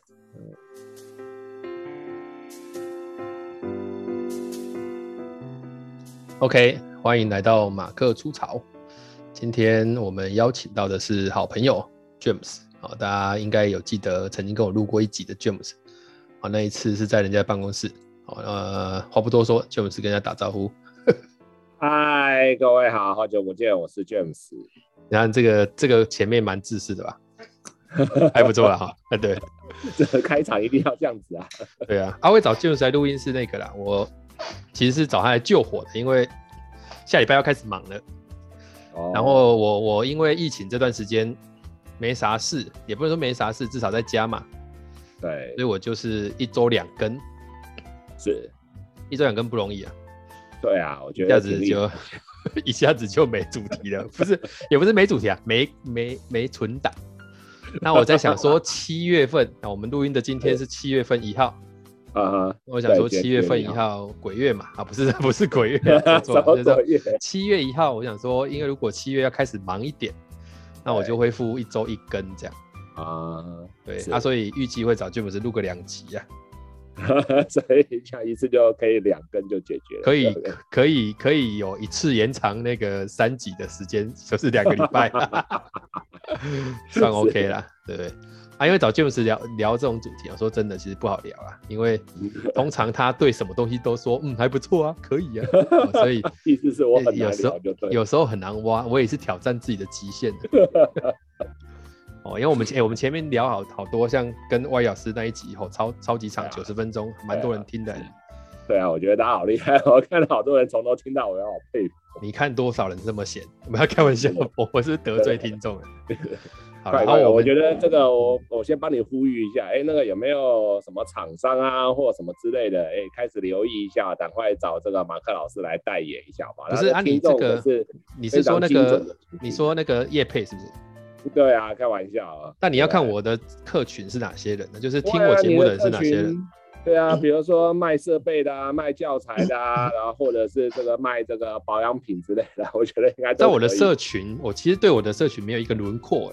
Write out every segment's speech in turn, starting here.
OK， 欢迎来到马克出槽。今天我们邀请到的是好朋友 James， 大家应该有记得曾经跟我录过一集的 James， 那一次是在人家办公室。话不多说 ，James 跟人家打招呼。 嗨，各位好，好久不见，我是 James。 你看这个前面蛮自私的吧？还不错啦哈。对， 这个开场一定要这样子啊。 对啊，阿伟找 James 来录音是那个啦，我其实是找他来救火的，因为下礼拜要开始忙了。然后我因为疫情这段时间没啥事，也不能说没啥事，至少在家嘛。 对， 所以我就是一周2更， 是一周2更不容易啊。 对啊，我觉得一下子就没主题了，也不是没主题啊，没存档。那我在想说7月份，我们录音的今天是7月份1号。我想说7月份1号鬼月嘛，不是鬼月，错了，7月1号，我想说，因为如果7月要开始忙一点，那我就恢复一周1更这样。对啊，所以预计会找 James 录个2集啊。 所以下一次就可以2更就解决了。 可以有一次延长那个3集的时间，就是2个礼拜，算 OK 啦，对不对？因为找 James 聊这种主题，说真的，其实不好聊啦，因为通常他对什么东西都说还不错啊，可以啊，所以意思是我很难聊就对， 有时候很难挖，我也是挑战自己的极限的。因为我们前面聊好多，像跟歪老师那一集超级长90分钟，蛮多人听的。 对啊，我觉得大家好厉害，我看到好多人从头听到尾，我好佩服。 你看多少人这么闲？我们要开玩笑，我是得罪听众了。 好了，我觉得这个我先帮你呼吁一下，那个有没有什么厂商啊，或什么之类的，开始留意一下，赶快找这个马克老师来代言一下吧。 不是啊，你这个你是说那个业配是不是？ 对啊，开玩笑啊。 但你要看我的客群是哪些人呢？就是听我节目的人是哪些人？ 对啊，比如说卖设备的啊，卖教材的啊，然后或者是这个卖这个保养品之类的，我觉得应该都可以。 在我的社群，我其实对我的社群没有一个轮廓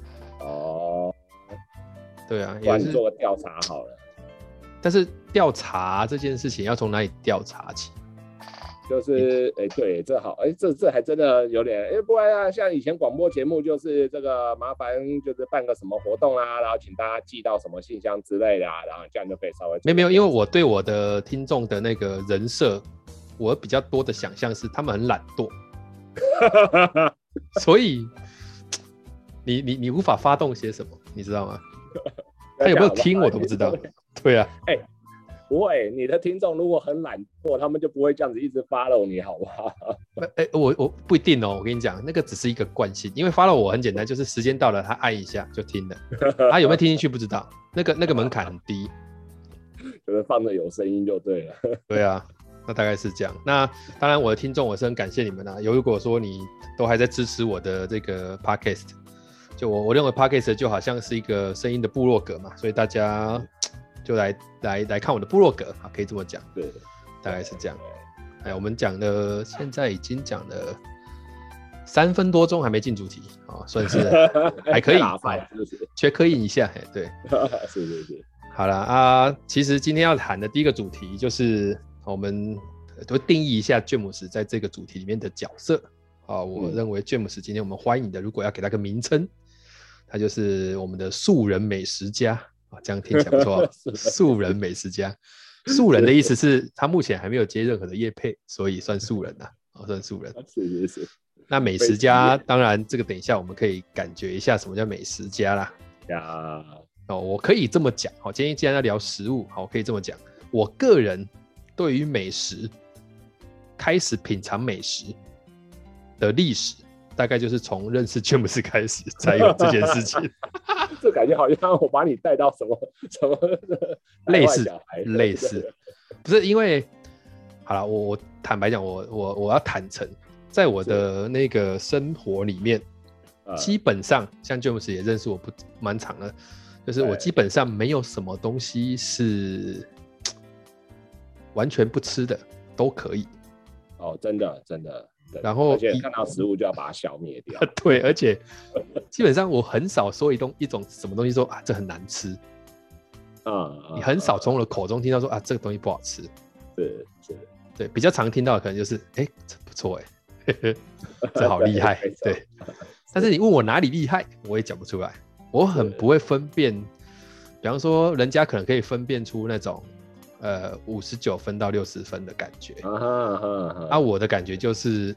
对啊， 也是做个调查好了。 但是调查这件事情要从哪里调查起？ 就是对，这好，这还真的有点不然啊，像以前广播节目就是这个麻烦就是办个什么活动啊，然后请大家寄到什么信箱之类的啊，然后这样就可以稍微没有，因为我对我的听众的那个人设，我比较多的想象是他们很懒惰，所以你无法发动些什么，你知道吗？他有没有听我都不知道。对啊， 不会，你的听众如果很懒惰，他们就不会这样子一直 follow 你，好不好？ 我不一定哦，我跟你讲，那个只是一个惯性，因为 follow 我很简单，就是时间到了，他按一下就听了，他有没有听进去不知道，那个门槛很低， 就是放着有声音就对了。 对啊，那大概是这样。那当然，我的听众我是很感谢你们啊。如果说你都还在支持我的这个 podcast， 就我认为 podcast 就好像是一个声音的部落格嘛，所以大家就来看我的部落格，可以这么讲。 对， 大概是这样。我们讲了，现在已经讲了3分多钟，还没进主题，算是还可以，check in 一下，对， 是。 好了啊，其实今天要谈的第一个主题就是我们都定义一下 James 在这个主题里面的角色。我认为 James 今天我们欢迎的，如果要给他个名称，他就是我们的素人美食家。这样听起来不错。素人美食家，素人的意思是他目前还没有接任何的业配，所以算素人算素人。 是。 那美食家，当然这个等一下我们可以感觉一下什么叫美食家啦。我可以这么讲，今天既然要聊食物，我可以这么讲，我个人对于美食开始品尝美食的历史，大概就是从认识 James 开始才有这件事情。 这感觉好像我把你带到什么类似，不是因为好了，我坦白讲，我要坦诚，在我的那个生活里面，基本上像 James 也认识我蛮长的，就是我基本上没有什么东西是完全不吃的，都可以。 真的。 然后而且看到食物就要把它消灭掉。 对，而且基本上我很少说一种什么东西说这很难吃， 你很少从我的口中听到说啊这个东西不好吃。 是， 对，比较常听到的可能就是这不错这好厉害。对，但是你问我哪里厉害，我也讲不出来。我很不会分辨，比方说人家可能可以分辨出那种59分到60分的感觉，我的感觉就是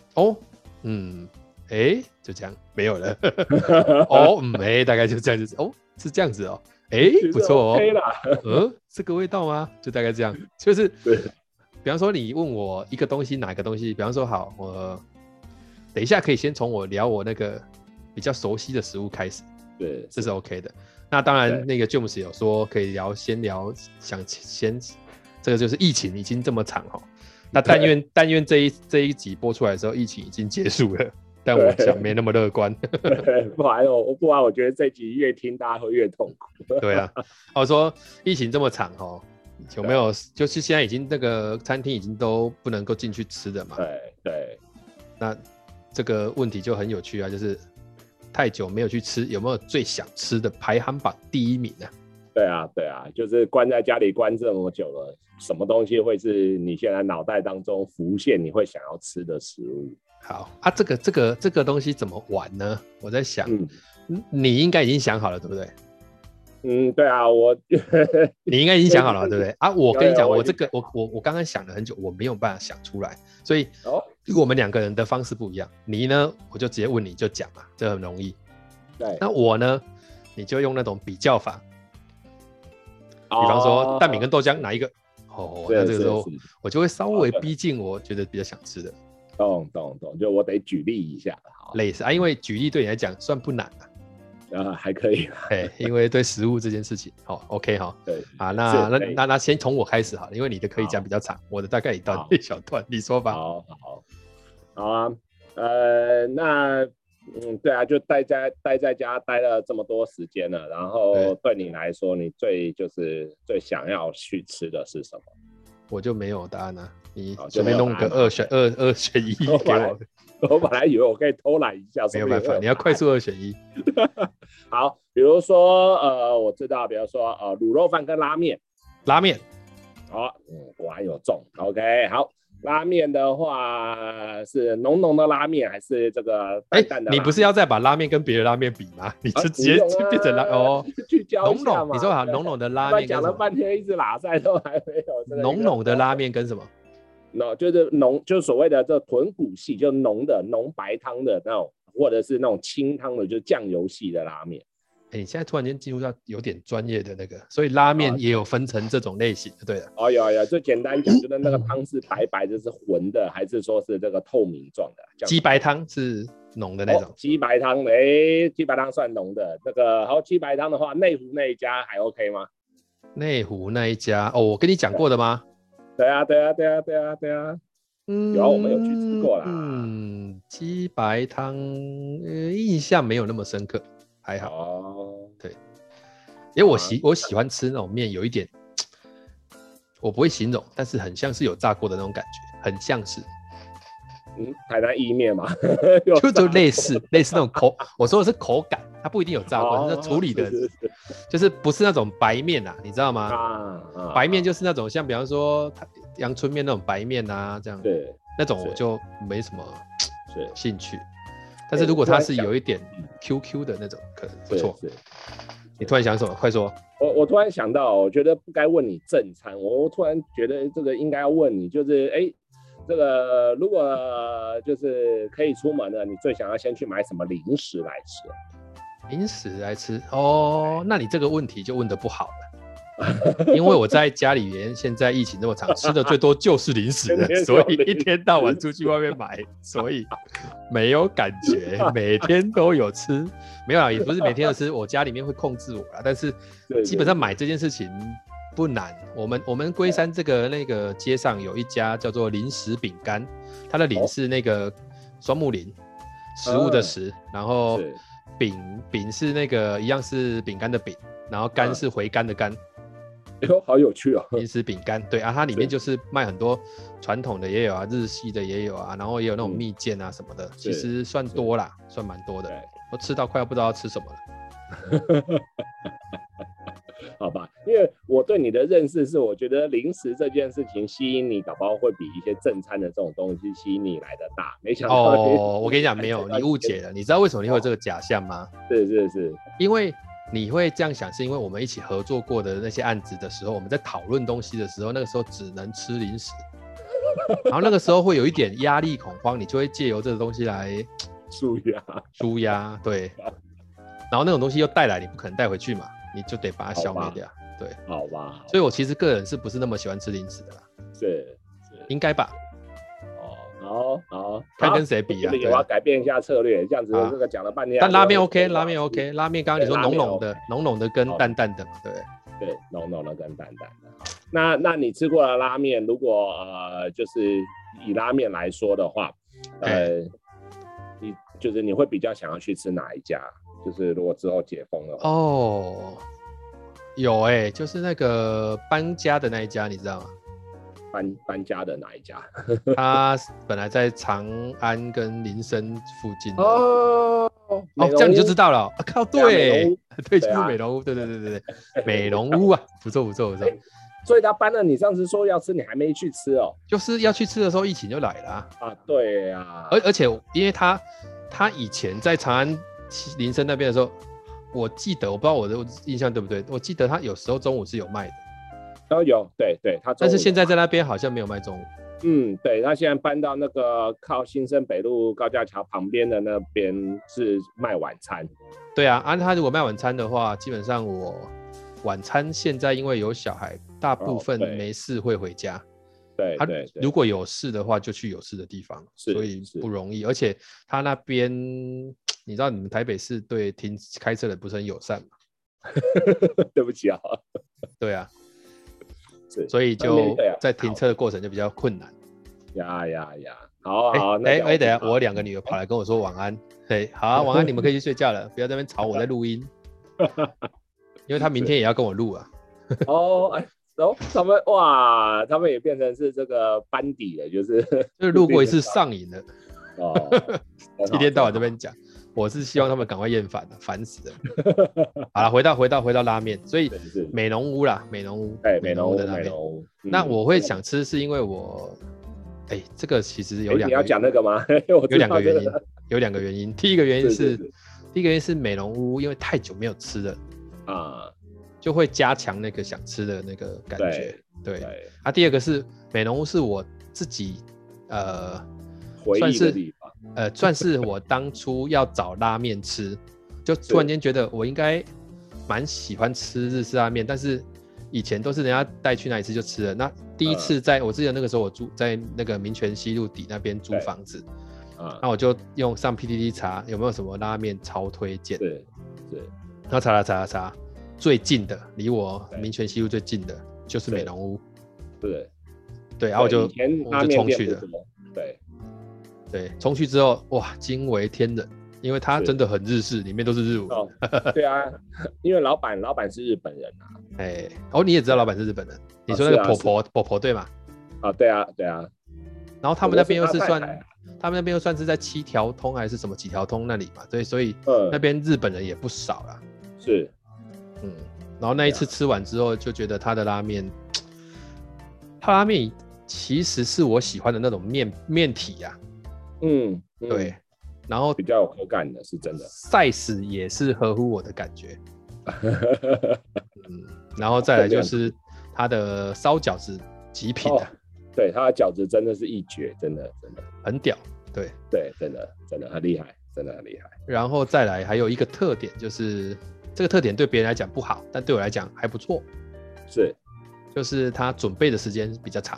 就这样没有了。大概就这样子。是这样子不错这个味道吗？就大概这样。就是比方说你问我一个东西，哪个东西，比方说好，我等一下可以先从我聊我那个比较熟悉的食物开始。 对， 这是 OK 的。那当然，那个 James 有说可以先聊，这个就是疫情已經這麼長那但願這一集播出來的時候，疫情已經結束了。但我想沒那麼樂觀。 不然我覺得這集越聽大家會越痛苦。 對啊，我說疫情這麼長有沒有就是現在已經那個餐廳已經都不能夠進去吃的嘛？ 對。那這個問題就很有趣啊，就是太久沒有去吃，有沒有最想吃的排行榜第1名啊？ 對啊，就是關在家裡關這麼久了，什麼東西會是你現在腦袋當中浮現你會想要吃的食物？ 好啊，這個東西怎麼玩呢？我在想，你應該已經想好了，對不對？ 對啊， 你應該已經想好了，對不對？我跟你講，我剛剛想了很久，我沒有辦法想出來，所以我們2個人的方式不一樣。你呢，我就直接問你就講嘛，這很容易。 對， 那我呢，你就用那種比較法，比方說蛋餅跟豆漿哪一個？那這個時候我就會稍微逼近我覺得比較想吃的。 懂，就我得舉例一下。 類似因為舉例對你來講算不難還可以。 因為對食物這件事情，OK 對那先從我開始好了，因為你的可以講比較長，我的大概一小段，你說吧。 好啊，那對啊，就待在家待了這麼多時間了，然後對你來說，你最想要去吃的是什麼？ 我就沒有答案啊，你隨便弄個二選一給我。 我本來以為我可以偷懶一下， 沒有辦法，你要快速2選1。 好，比如說我知道，比如說滷肉飯跟拉麵。果然有中。OK， 好。拉麵的話是濃濃的拉麵還是這個淡淡的？ 你不是要再把拉麵跟別的拉麵比嗎？你就直接變成聚焦一下嘛。 你說好濃濃的拉麵跟什麼？ 講了半天一直拉賽都還沒有。 濃濃的拉麵跟什麼？ 就是就是所謂的這豚骨系，就濃白湯的那種，或者是那種清湯的，就醬油系的拉麵。 你現在突然間進入到有點專業的那個，所以拉麵也有分成這種類型的，對的。 有，最簡單講，就是那個湯是白白的，是渾的，還是說是這個透明狀的？ 雞白湯是濃的那種。 雞白湯，雞白湯算濃的。那個好，雞白湯的話，內湖那一家還 OK 嗎？ 內湖那一家我跟你講過的嗎？ 對啊。有，我們有去吃過啦。 雞白湯印象沒有那麼深刻。還好對，因為我喜歡吃那種麵，有一點我不會形容，但是很像是有炸過的那種感覺，很像是台南意麵嘛， 就類似那種我說的是口感，它不一定有炸過，但是處理的就是不是那種白麵啊，你知道嗎？白麵就是那種像比方說陽春麵那種白麵啊，這樣對，那種我就沒什麼興趣。但是如果它是有一點 QQ 的那種，可能不錯。你突然想什麼？快說。 我突然想到，我覺得不該問你正餐，我突然覺得這個應該要問你，就是這個如果就是可以出門了，你最想要先去買什麼零食來吃？ 零食來吃那你這個問題就問得不好了。因為我在家裡面現在疫情這麼長，吃的最多就是零食了，所以一天到晚出去外面買，所以沒有感覺，每天都有吃。沒有啦，也不是每天都吃，我家裡面會控制我啦，但是基本上買這件事情不難。我們龜山這個那個街上有一家叫做零食餅乾，它的零是那個雙木林，食物的食，然後餅是那個一樣是餅乾的餅，然後乾是回甘的甘。 好有趣哦！ 零食餅乾，對啊，它裡面就是賣很多傳統的也有啊，日系的也有啊，然後也有那種蜜餞啊什麼的，其實算多啦，算蠻多的。我吃到快要不知道要吃什麼了。 好吧，因为我对你的认识是，我觉得零食这件事情吸引你，搞不好会比一些正餐的这种东西吸引你来的大。没想到我跟你讲，没有，你误解了。你知道为什么你会有这个假象吗？ 是，因为你会这样想，是因为我们一起合作过的那些案子的时候，我们在讨论东西的时候，那个时候只能吃零食，然后那个时候会有一点压力恐慌，你就会借由这个东西来舒压，对。然后那种东西又带来，你不可能带回去嘛，你就得把它消灭掉，对， 好吧。 所以我其实个人是不是那么喜欢吃零食的啦？ 是， 应该吧。 好， 看跟谁比啊？ 我要改变一下策略，这样子这个讲了半天。 但拉面 OK， 拉面 OK， 拉面刚刚你说浓浓的跟淡淡的嘛， 对，浓浓的跟淡淡的。那你吃过的拉面，如果就是以拉面来说的话，你会比较想要去吃哪一家？就是如果之后解封了有就是那个搬家的那一家，你知道吗？ 搬家的哪一家？ 他本来在长安跟林森附近这样你就知道了。靠，对，就是美容屋，对，美容屋啊，不错。 所以他搬了，你上次说要吃，你还没去吃哦？ 就是要去吃的时候，疫情就来了对啊， 而且因为他以前在长安林森那边的时候，我记得，我不知道我的印象对不对，我记得他有时候中午是有卖的。 有，对， 但是现在在那边好像没有卖中午。 对，他现在搬到那个靠新生北路高架桥旁边的那边是卖晚餐。 对啊，他如果卖晚餐的话，基本上我晚餐现在因为有小孩，大部分没事会回家。 对， 如果有事的话，就去有事的地方，所以不容易。而且他那边，你知道你们台北市对开车的不是很友善吗？ 对不起啊。 对啊。所以就在停车的过程就比较困难。 好， 等一下，我2个女儿跑来跟我说晚安。好，晚安，你们可以去睡觉了，不要在那边吵我在录音。因为他明天也要跟我录啊。 他们也变成是这个班底了，就是录过一次上瘾了。一天到晚这边讲。我是希望他们赶快厌烦了，烦死了。好了，回到拉面，所以美浓屋啦，美浓屋的拉面。那我会想吃，是因为我，这个其实有2个。 你要讲那个吗？ 有2个原因，有2个原因。第一个原因是美浓屋，因为太久没有吃了就会加强那个想吃的那个感觉。对。第二个是美浓屋是我自己回忆的地方。 算是我当初要找拉面吃，就突然间觉得我应该蛮喜欢吃日式拉面，但是以前都是人家带去哪里吃就吃了。那第一次我记得那个时候我住在那个民权西路底那边租房子，那我就用上 PTT 查有没有什么拉面超推荐，然后查，最近的离我民权西路最近的就是美浓屋，对，然后我就冲去了，对，冲去之后，哇，惊为天人，因为它真的很日式，里面都是日文。 对啊，因为老板是日本人你也知道老板是日本人，你说那个婆婆对吗？ 对啊。 然后他们那边又是算是在7条通还是什么几条通那里嘛，对，所以那边日本人也不少啦。 是， 然后那一次吃完之后，就觉得他的拉面其实是我喜欢的那种面体呀。对，然后比较有口感的，是真的。 size 也是合乎我的感觉。然后再来就是它的烧饺子极品对，它的饺子真的是一绝，真的很屌。对， 真的很厉害，真的很厉害。 然后再来还有一个特点，就是这个特点对别人来讲不好，但对我来讲还不错。就是它准备的时间比较长。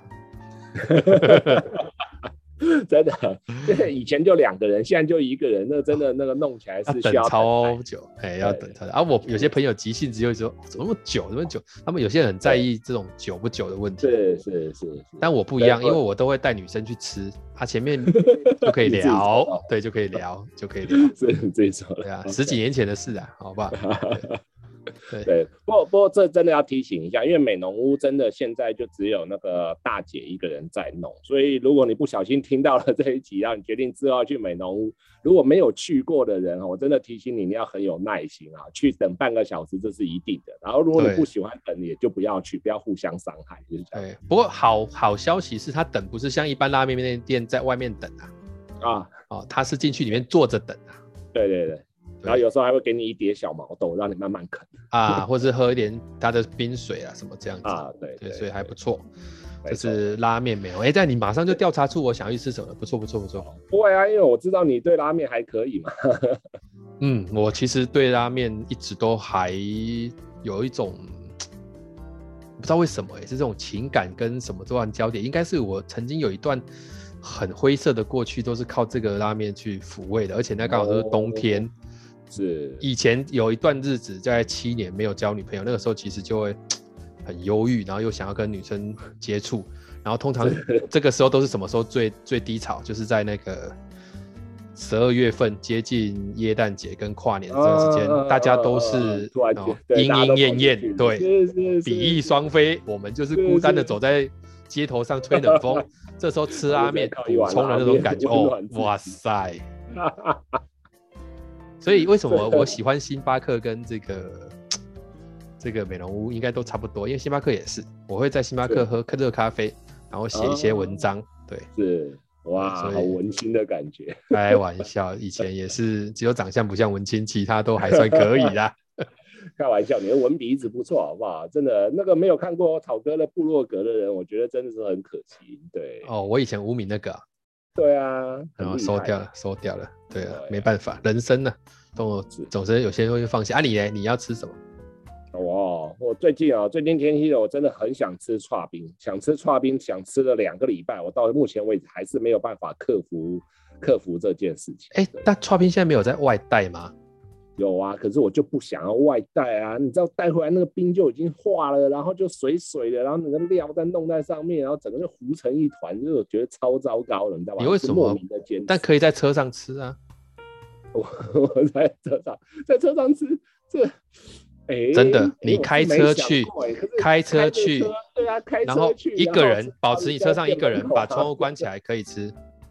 真的，以前就2个人，现在就1个人，那真的那个弄起来是需要等超久，要等超久。我有些朋友急性子就会说，怎么那么久？他们有些人很在意这种久不久的问题。 是。 但我不一样，因为我都会带女生去吃，前面就可以聊，对，就可以聊。 是这种， 对啊，10几年前的事啊，好不好？ 对，不过这真的要提醒一下，因为美浓屋真的现在就只有那个大姐一个人在弄，所以如果你不小心听到了这一集，让你决定之后要去美浓屋，如果没有去过的人，我真的提醒你，你要很有耐心啊，去等半个小时这是一定的。然后如果你不喜欢等，也就不要去，不要互相伤害。就是这样。 对，不过好消息是，他等不是像一般拉面店在外面等他是进去里面坐着等啊。 对。然后有时候还会给你一碟小毛豆，让你慢慢啃或是喝一点它的冰水啊什么这样子对，所以还不错。这是拉面没有但你马上就调查出我想要去吃什么了，不错。 不会啊，因为我知道你对拉面还可以嘛。 我其实对拉面一直都还有一种不知道为什么是这种情感跟什么都很交叠，应该是我曾经有一段很灰色的过去，都是靠这个拉面去抚慰的，而且那刚好都是冬天。 是以前有一段日子，在7年没有交女朋友，那个时候其实就会很忧郁，然后又想要跟女生接触，然后通常这个时候都是什么时候最低潮，就是在那个12月份接近耶诞节跟跨年的这段时间，大家都是莺莺燕燕，对，比翼双飞，我们就是孤单的走在街头上吹冷风，这时候吃拉面补充的那种感觉，哇塞！所以为什么我喜欢星巴克跟这个美浓屋应该都差不多，因为星巴克也是，我会在星巴克喝热咖啡，然后写一些文章，对， 是哇，好文青的感觉。 开玩笑，以前也是只有长相不像文青，其他都还算可以啦。 开玩笑，你的文笔一直不错，好不好？真的，那个没有看过草哥的部落格的人，我觉得真的是很可惜。对， 我以前无名那个对啊， 然后收掉了，对啊，没办法，人生呢，总是有些会放下。你呢？你要吃什么？ 我最近天气我真的很想吃剉冰，想吃了2个礼拜，我到目前为止还是没有办法克服这件事情。 但剉冰现在没有在外带吗？ 有啊，可是我就不想要外带啊！你知道带回来那个冰就已经化了，然后就水的，然后那个料再弄在上面，然后整个就糊成一团，就我觉得超糟糕的，你知道吗？ 你为什么莫名的坚持？但可以在车上吃啊！ 我在车上吃， 真的，你开车去， 对啊，开车去， 然后一个人保持你车上一个人，把窗户关起来可以吃。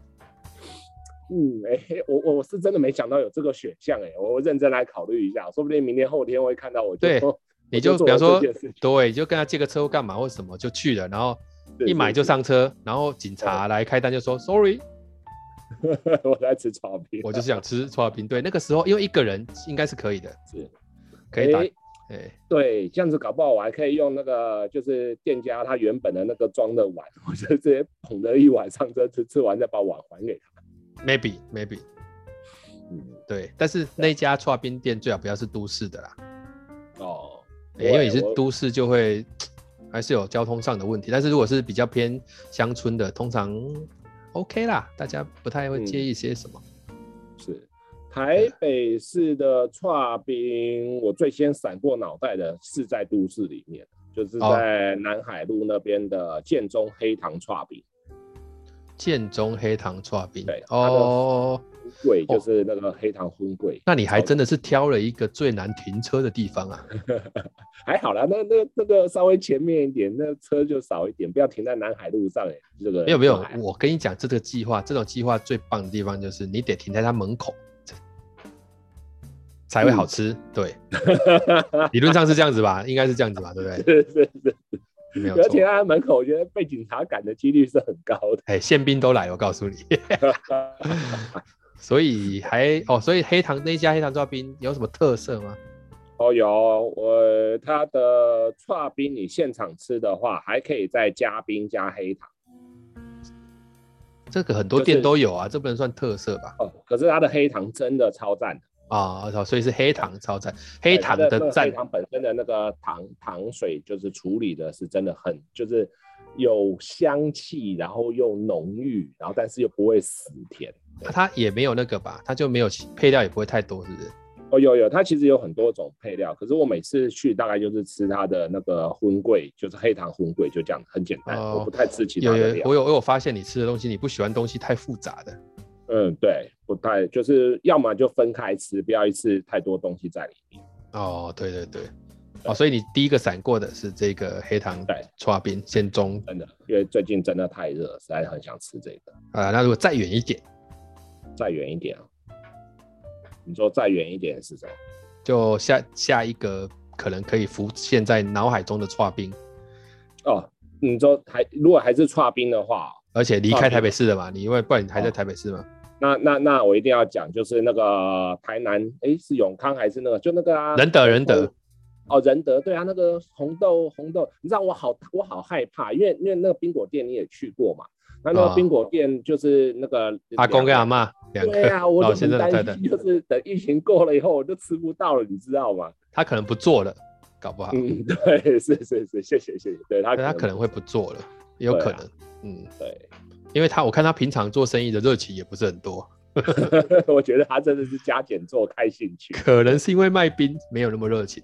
我是真的没想到有这个选项我认真来考虑一下，说不定明天后天会看到我就。 对，你就比方说，对，就跟他借个车或干嘛或什么就去了，然后一买就上车，然后警察来开单就说 sorry， 我在吃剉冰， 我就是想吃剉冰。对，那个时候因为一个人应该是可以的， 是可以打。 对，这样子搞不好我还可以用那个就是店家他原本的那个装的碗，我就直接捧了一碗上车吃完再把碗还给他。 maybe，对，但是那家剉冰店最好不要是都市的啦。因为你是都市就会还是有交通上的问题，但是如果是比较偏乡村的，通常 OK 啦，大家不太会介意些什么。 是台北市的剉冰，我最先闪过脑袋的是在都市里面，就是在南海路那边的建中黑糖剉冰。 建中黑糖剉冰， 对，荤桂就是那个黑糖荤桂。 那你还真的是挑了一个最难停车的地方啊！ 还好啦，那个稍微前面一点，那车就少一点，不要停在南海路上这个没有，我跟你讲，这种计划最棒的地方就是你得停在他门口才会好吃。对，理论上是这样子吧？应该是这样子吧？对不对？ 是。 没有错， 而且他门口，我觉得被警察赶的几率是很高的。 宪兵都来，我告诉你。所以所以那家黑糖剉冰有什么特色吗？ 有，它的剉冰你现场吃的话，还可以再加冰加黑糖。 这个很多店都有啊，这不能算特色吧？ 可是它的黑糖真的超赞的。 所以是黑糖超赞，黑糖的赞， 黑糖本身的那个糖水就是处理的是真的很，就是有香气，然后又浓郁，然后但是又不会死甜。 它也没有那个吧，它就没有配料，也不会太多，是不是？ 有，它其实有很多种配料，可是我每次去大概就是吃它的那个荤桂，就是黑糖荤桂，就这样很简单，我不太吃其他的料。 我有发现你吃的东西，你不喜欢东西太复杂的。 对，不太，就是要么就分开吃，不要一次太多东西在里面。 对， 所以你第一个闪过的是这个黑糖刨冰现中， 真的，因为最近真的太热，实在很想吃这个。 那如果再远一点， 你说再远一点是什么？ 就下一个可能可以浮现在脑海中的刨冰。 你说如果还是刨冰的话， 而且离开台北市了嘛？因为不然你还在台北市吗？ 那我一定要讲，就是那个台南，是永康还是那个？就那个啊， 仁德。 仁德，对啊，那个红豆，你知道我好害怕，因为那个冰果店你也去过嘛，那个冰果店就是那个阿公跟阿嬷两个， 对啊，我就很担心，就是等疫情过了以后，我就吃不到了，你知道吗？ 他可能不做了，搞不好。 对，是，谢谢，对他可能会不做了，也有可能， 对。 因为我看他平常做生意的热情也不是很多， 我觉得他真的是加减做开兴趣， 可能是因为卖冰没有那么热情，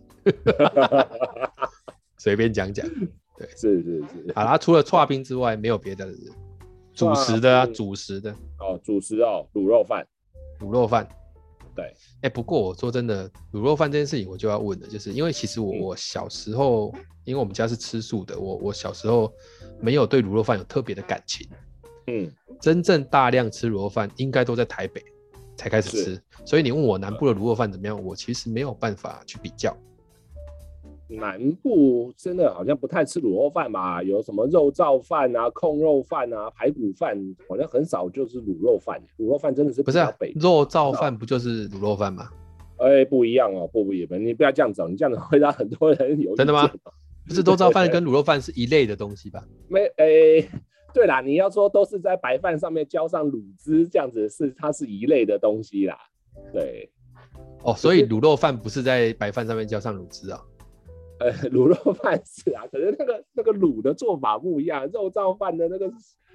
随便讲，对， 是。 好啦，除了刨冰之外，没有别的主食的主食的卤肉饭， 对，不过我说真的，卤肉饭这件事情我就要问了，就是因为其实我小时候，因为我们家是吃素的，我小时候没有对卤肉饭有特别的感情。真正大量吃卤肉饭应该都在台北才开始吃，所以你问我南部的卤肉饭怎么样，我其实没有办法去比较。 南部真的好像不太吃卤肉饭吧，有什么肉燥饭啊、控肉饭啊、排骨饭，好像很少就是卤肉饭。卤肉饭真的是比较北， 肉燥饭不就是卤肉饭吗？ 不一样哦，不一样，你不要这样子，你这样子会让很多人有意见。 真的吗？不是肉燥饭跟卤肉饭是一类的东西吧？ 对啦，你要说都是在白饭上面浇上卤汁，这样子它是一类的东西啦。对。 所以卤肉饭不是在白饭上面浇上卤汁啊？ 卤肉饭是啊，可是那个卤的做法不一样，肉燥饭的那个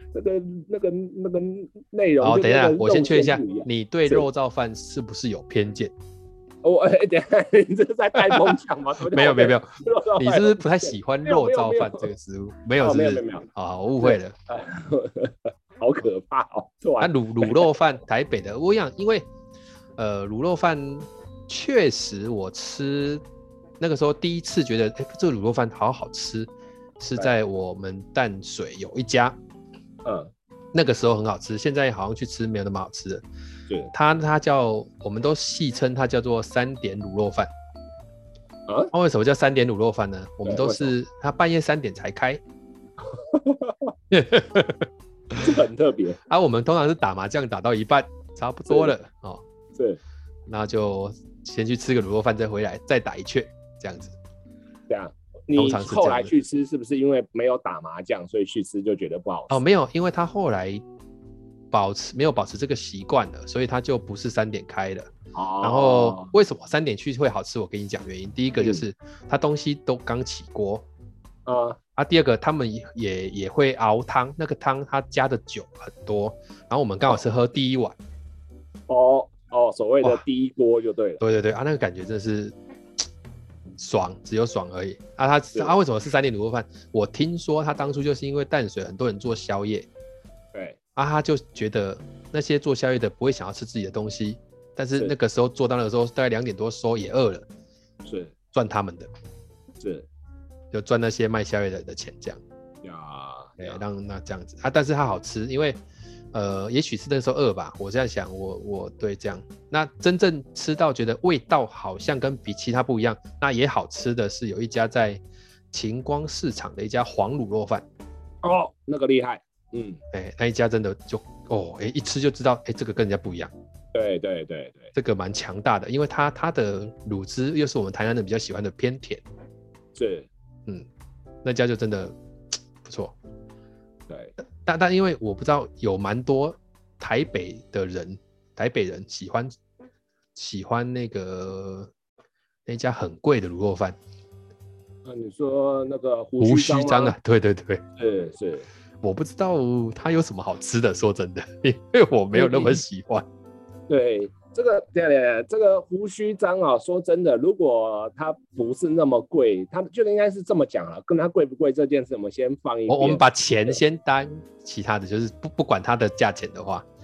内容。 等一下，我先确认一下，你对肉燥饭是不是有偏见？ 等一下，你这是在带风向吗？ 没有，你是不是不太喜欢肉燥饭这个食物？没有，没有。好，我误会了。 好可怕哦！ 那卤肉饭，台北的我想，因为卤肉饭确实我吃那个时候第一次觉得，这个卤肉饭好好吃，是在我们淡水有一家，那个时候很好吃，现在好像去吃没有那么好吃了。它叫，我们都戏称它叫做3点卤肉饭。为什么叫3点卤肉饭呢？我们都是它半夜3点才开， 这很特别。 我们通常是打麻将打到一半，差不多了那就先去吃个卤肉饭，再回来再打一圈，这样子。 对啊，你后来去吃是不是因为没有打麻将，所以去吃就觉得不好吃？ 没有，因为他后来没有保持这个习惯了，所以他就不是3点开了。然后为什么3点去会好吃？我跟你讲原因。第一个就是他东西都刚起锅，第二个他们也会熬汤，那个汤他加的酒很多，然后我们刚好是喝第一碗。 所谓的第一锅就对了。 对，那个感觉真的是爽，只有爽而已。他为什么是3点卤肉饭？我听说他当初就是因为淡水很多人做宵夜， 对， 他就觉得那些做宵夜的不会想要吃自己的东西，但是那个时候做到那个时候大概2点多收也饿了， 是赚他们的， 是就赚那些卖宵夜的钱这样。让那这样子但是它好吃，因为也许是那时候饿吧，我在想我对这样，那真正吃到觉得味道好像跟比其他不一样，那也好吃的是有一家在晴光市场的一家黄卤肉饭。 那个厉害。 那一家真的就一吃就知道这个跟人家不一样。 对， 这个蛮强大的，因为它的卤汁又是我们台南人比较喜欢的偏甜。 是。 那家就真的不错。 对， 但因为我不知道有蛮多台北人喜欢那家很贵的卤肉饭。 你说那个胡须章啊？对， 是。 我不知道它有什么好吃的，说真的，因为我没有那么喜欢。 对，这个胡须章说真的，如果它不是那么贵，它就应该是这么讲了。跟它贵不贵这件事，我们先放一边。 我们把钱先当其他的，就是不管它的价钱的话，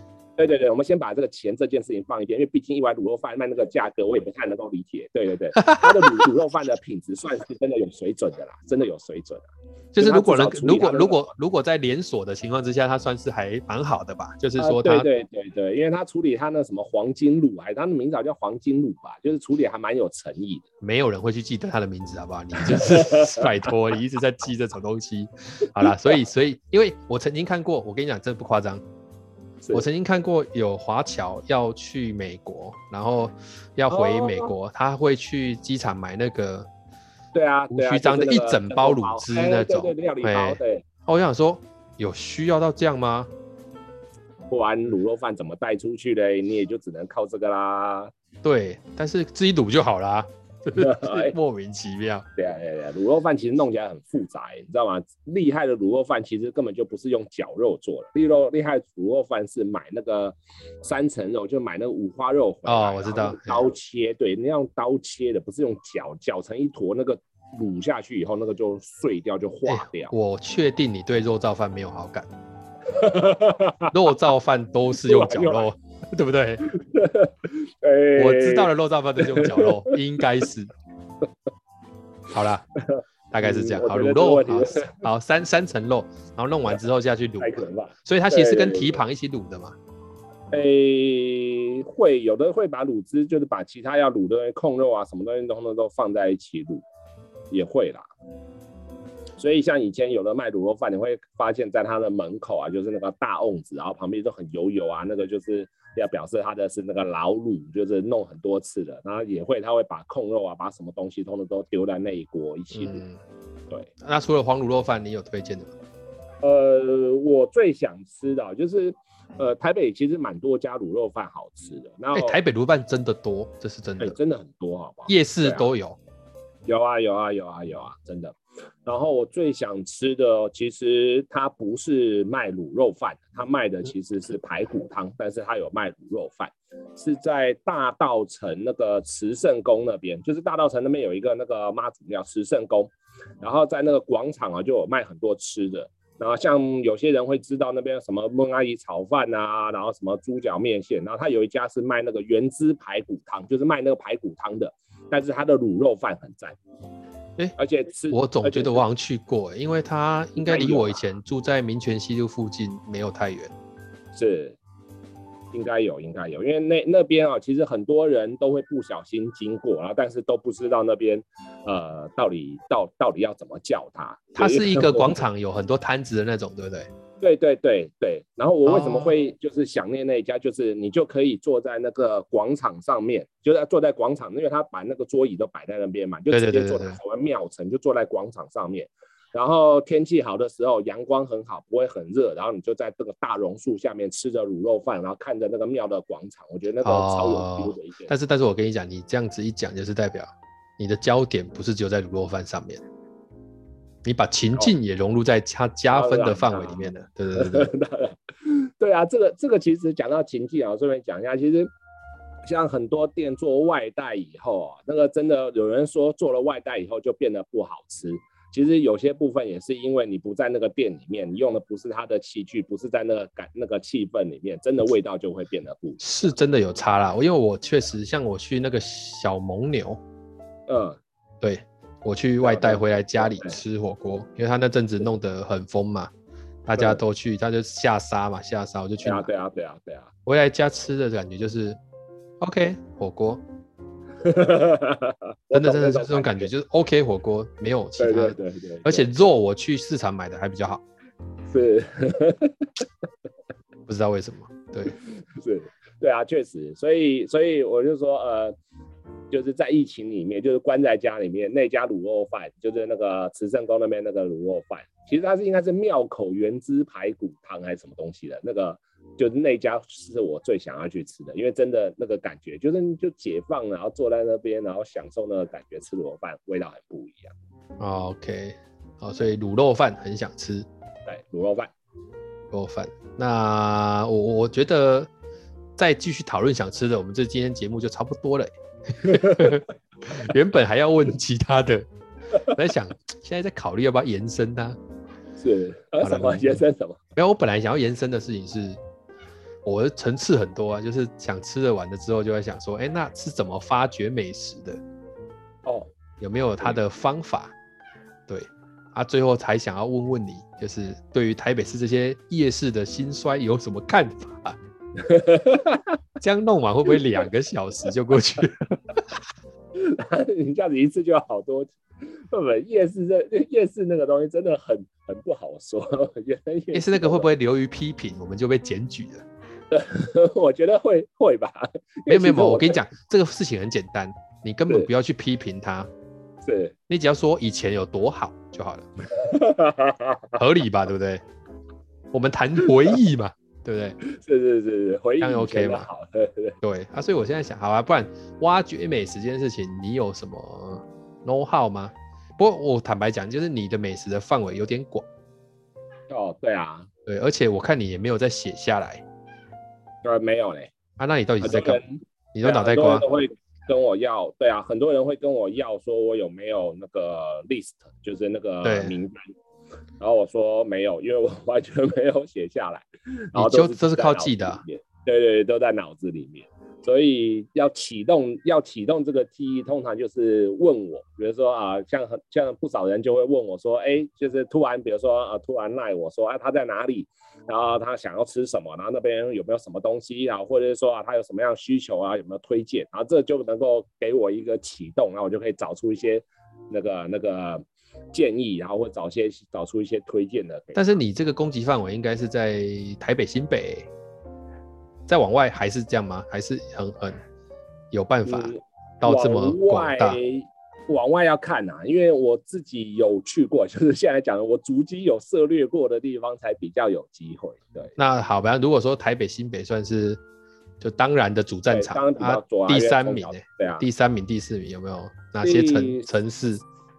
对对对，我们先把这个钱这件事情放一边，因为毕竟一碗卤肉饭卖那个价格，我也不太能够理解。对对对，它的卤肉饭的品质算是真的有水准的啦，真的有水准的。 就是如果在连锁的情况之下，它算是还蛮好的吧？就是说它， 对，因为它处理它那什么黄金卤，它的名字叫黄金卤吧，就是处理还蛮有诚意的。 没有人会去记得它的名字，好不好？你就是拜托，你一直在记这种东西。好啦，所以，因为我曾经看过，我跟你讲，真的不夸张。我曾经看过有华侨要去美国，然后要回美国，他会去机场买那个。 对啊， 胡须章的一整包卤汁那种， 对，料理包，对。 我想说，有需要到这样吗？ 不然卤肉饭怎么带出去嘞？你也就只能靠这个啦。 对，但是自己卤就好啦，莫名其妙。 对啊，卤肉饭其实弄起来很复杂，你知道吗？厉害的卤肉饭其实根本就不是用绞肉做的，厉害的卤肉饭是买那个3层肉，就买那个五花肉回来。 哦，我知道。 刀切，对，那样刀切的，不是用绞成一坨，那个卤下去以后，那个就碎掉，就化掉。 我确定你对肉燥饭没有好感。肉燥饭都是用绞肉，对不对？我知道的肉燥饭都是用绞肉，应该是。好啦，大概是这样。好，卤肉好三层肉，然后弄完之后下去卤，所以它其实跟蹄膀一起卤的嘛。 会有的会把卤汁，就是把其他要卤的控肉啊，什么东西都放在一起卤，也会啦。所以像以前有的卖卤肉饭，你会发现在他的门口啊，就是那个大瓮子，然后旁边都很油啊，那个就是要表示他的是那个老卤，就是弄很多次的。然后他会把控肉啊，把什么东西通通都丢在那一锅一起卤。对。 那除了黄卤肉饭，你有推荐的吗？ 我最想吃的就是台北其实蛮多家卤肉饭好吃的。 台北卤肉饭真的多，这是真的， 真的很多，好不好？ 夜市都有。 有啊，真的。然后我最想吃的，其实它不是卖卤肉饭，它卖的其实是排骨汤，但是它有卖卤肉饭，是在大稻埕那个慈圣宫那边，就是大稻埕那边有一个那个妈祖庙慈圣宫，然后在那个广场啊就有卖很多吃的。然后像有些人会知道那边什么孟阿姨炒饭啊，然后什么猪脚面线，然后他有一家是卖那个原汁排骨汤，就是卖那个排骨汤的，但是他的卤肉饭很赞。而且我总觉得我好像去过，因为它应该离我以前住在民权西路附近没有太远。是， 应该有，因为那边啊，其实很多人都会不小心经过，然后但是都不知道那边到底要怎么叫它。 它是一个广场，有很多摊子的那种，对不对？ 对。然后我为什么会就是想念那一家，就是你就可以坐在那个广场上面，就是坐在广场，因为他把那个桌椅都摆在那边嘛，就直接坐在所谓庙城，就坐在广场上面。然后天气好的时候，阳光很好，不会很热，然后你就在这个大榕树下面吃着卤肉饭，然后看着那个庙的广场，我觉得那个超有 feel 的一件。 但是我跟你讲，你这样子一讲，就是代表你的焦点不是只有在卤肉饭上面。你把情境也融入在它加分的范围里面了，对。 对啊，这个其实讲到情境啊，顺便讲一下，其实像很多店做外带以后啊，那个真的有人说做了外带以后就变得不好吃。其实有些部分也是因为你不在那个店里面，你用的不是它的器具，不是在那个气氛里面，真的味道就会变得不一样。 是真的有差啦，因为我确实像我去那个小蒙牛，对。我去外带回来家里吃火锅，因为他那阵子弄得很疯嘛，大家都去，他就下沙我就去拿。 对啊。 回来家吃的感觉就是 OK 火锅，真的就是这种感觉，就是 OK 火锅，没有其他的。对。而且肉我去市场买的还比较好， 是， 不知道为什么，对， 是，对啊，确实，所以我就说就是在疫情里面，就是关在家里面那家卤肉饭，就是那个慈圣宫那边那个卤肉饭，其实它应该是庙口原汁排骨汤还是什么东西的，那个就是那家是我最想要去吃的，因为真的那个感觉就解放，然后坐在那边，然后享受那个感觉，吃卤肉饭味道很不一样。 OK， 好，所以卤肉饭很想吃。 对，卤肉饭。那我觉得再继续讨论想吃的，我们今天节目就差不多了。原本还要问其他的，我在想现在在考虑要不要延伸它。 是什么延伸什么？ 没有，我本来想要延伸的事情是， 我的层次很多啊，就是想吃了完了之后就会想说，那是怎么发掘美食的？哦，有没有它的方法？对啊，最后才想要问问你，就是对于台北市这些夜市的兴衰有什么看法？这样弄完会不会2个小时就过去了？ 你这样子一次就要好多。不，夜市那个东西真的很不好说。 夜市那个会不会流于批评，我们就被检举了？ 我觉得会吧。 没有，我跟你讲，这个事情很简单，你根本不要去批评它， 是你只要说以前有多好就好了，合理吧？对不对？我们谈回忆嘛，对不对？ 是，回忆这样 OK 嘛？对啊，所以我现在想，好啊，不然挖掘美食这件事情，你有什么 know how 吗？不过我坦白讲，就是你的美食的范围有点广。 哦，对啊， 对，而且我看你也没有再写下来。 没有嘞。 啊，那你到底在干嘛？你都脑袋瓜？ 很多人都会跟我要，对啊，很多人会跟我要，说我有没有那个 list， 就是那个名单。然后我说没有，因为我完全没有写下来。然后都是靠记的啊。 对，都在脑子里面。所以要启动这个记忆，通常就是问我，比如说像不少人就会问我说，就是突然，比如说突然赖我说他在哪里，然后他想要吃什么，然后那边有没有什么东西，然后或者是说他有什么样的需求啊，有没有推荐，然后这就能够给我一个启动，然后我就可以找出一些那个建议，然后或找出一些推荐的。 但是你这个攻击范围应该是在台北新北。再往外还是这样吗？还是很有办法到这么广大？ 往外要看啊，因为我自己有去过，就是现在讲的，我足迹有涉猎过的地方才比较有机会。对， 那好吧，如果说台北新北算是就当然的主战场啊，第3名对啊， 第3名、第4名有没有哪些城市？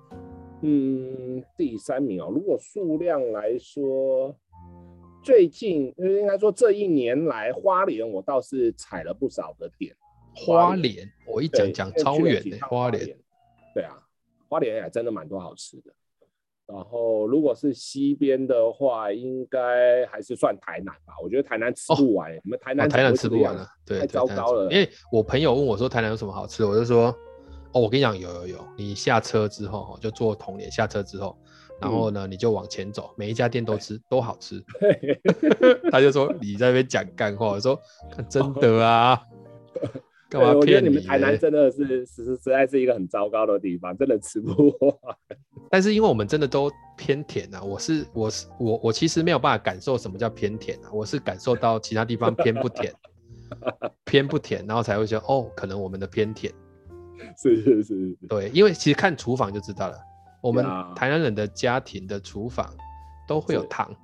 第3名哦，如果数量来说。最近应该说这1年来，花莲我倒是踩了不少的点。 花莲，我一讲超远的花莲。 对啊，花莲也真的蛮多好吃的。然后如果是西边的话，应该还是算台南吧。我觉得台南吃不完，你们台南吃不完了，对， 太糟糕了。 因为我朋友问我说台南有什么好吃，我就说我跟你讲有，你下车之后就坐统联下车之后。然后呢，你就往前走，每一家店都吃，都好吃。他就说你在那边讲干话，我说真的啊，干嘛骗你？ 我觉得你们台南真的是实在是一个很糟糕的地方，真的吃不完。 但是因为我们真的都偏甜啊，我其实没有办法感受什么叫偏甜啊，我是感受到其他地方偏不甜，偏不甜，然后才会说可能我们的偏甜。 是， 对，因为其实看厨房就知道了。我们台南人的家庭的厨房都会有糖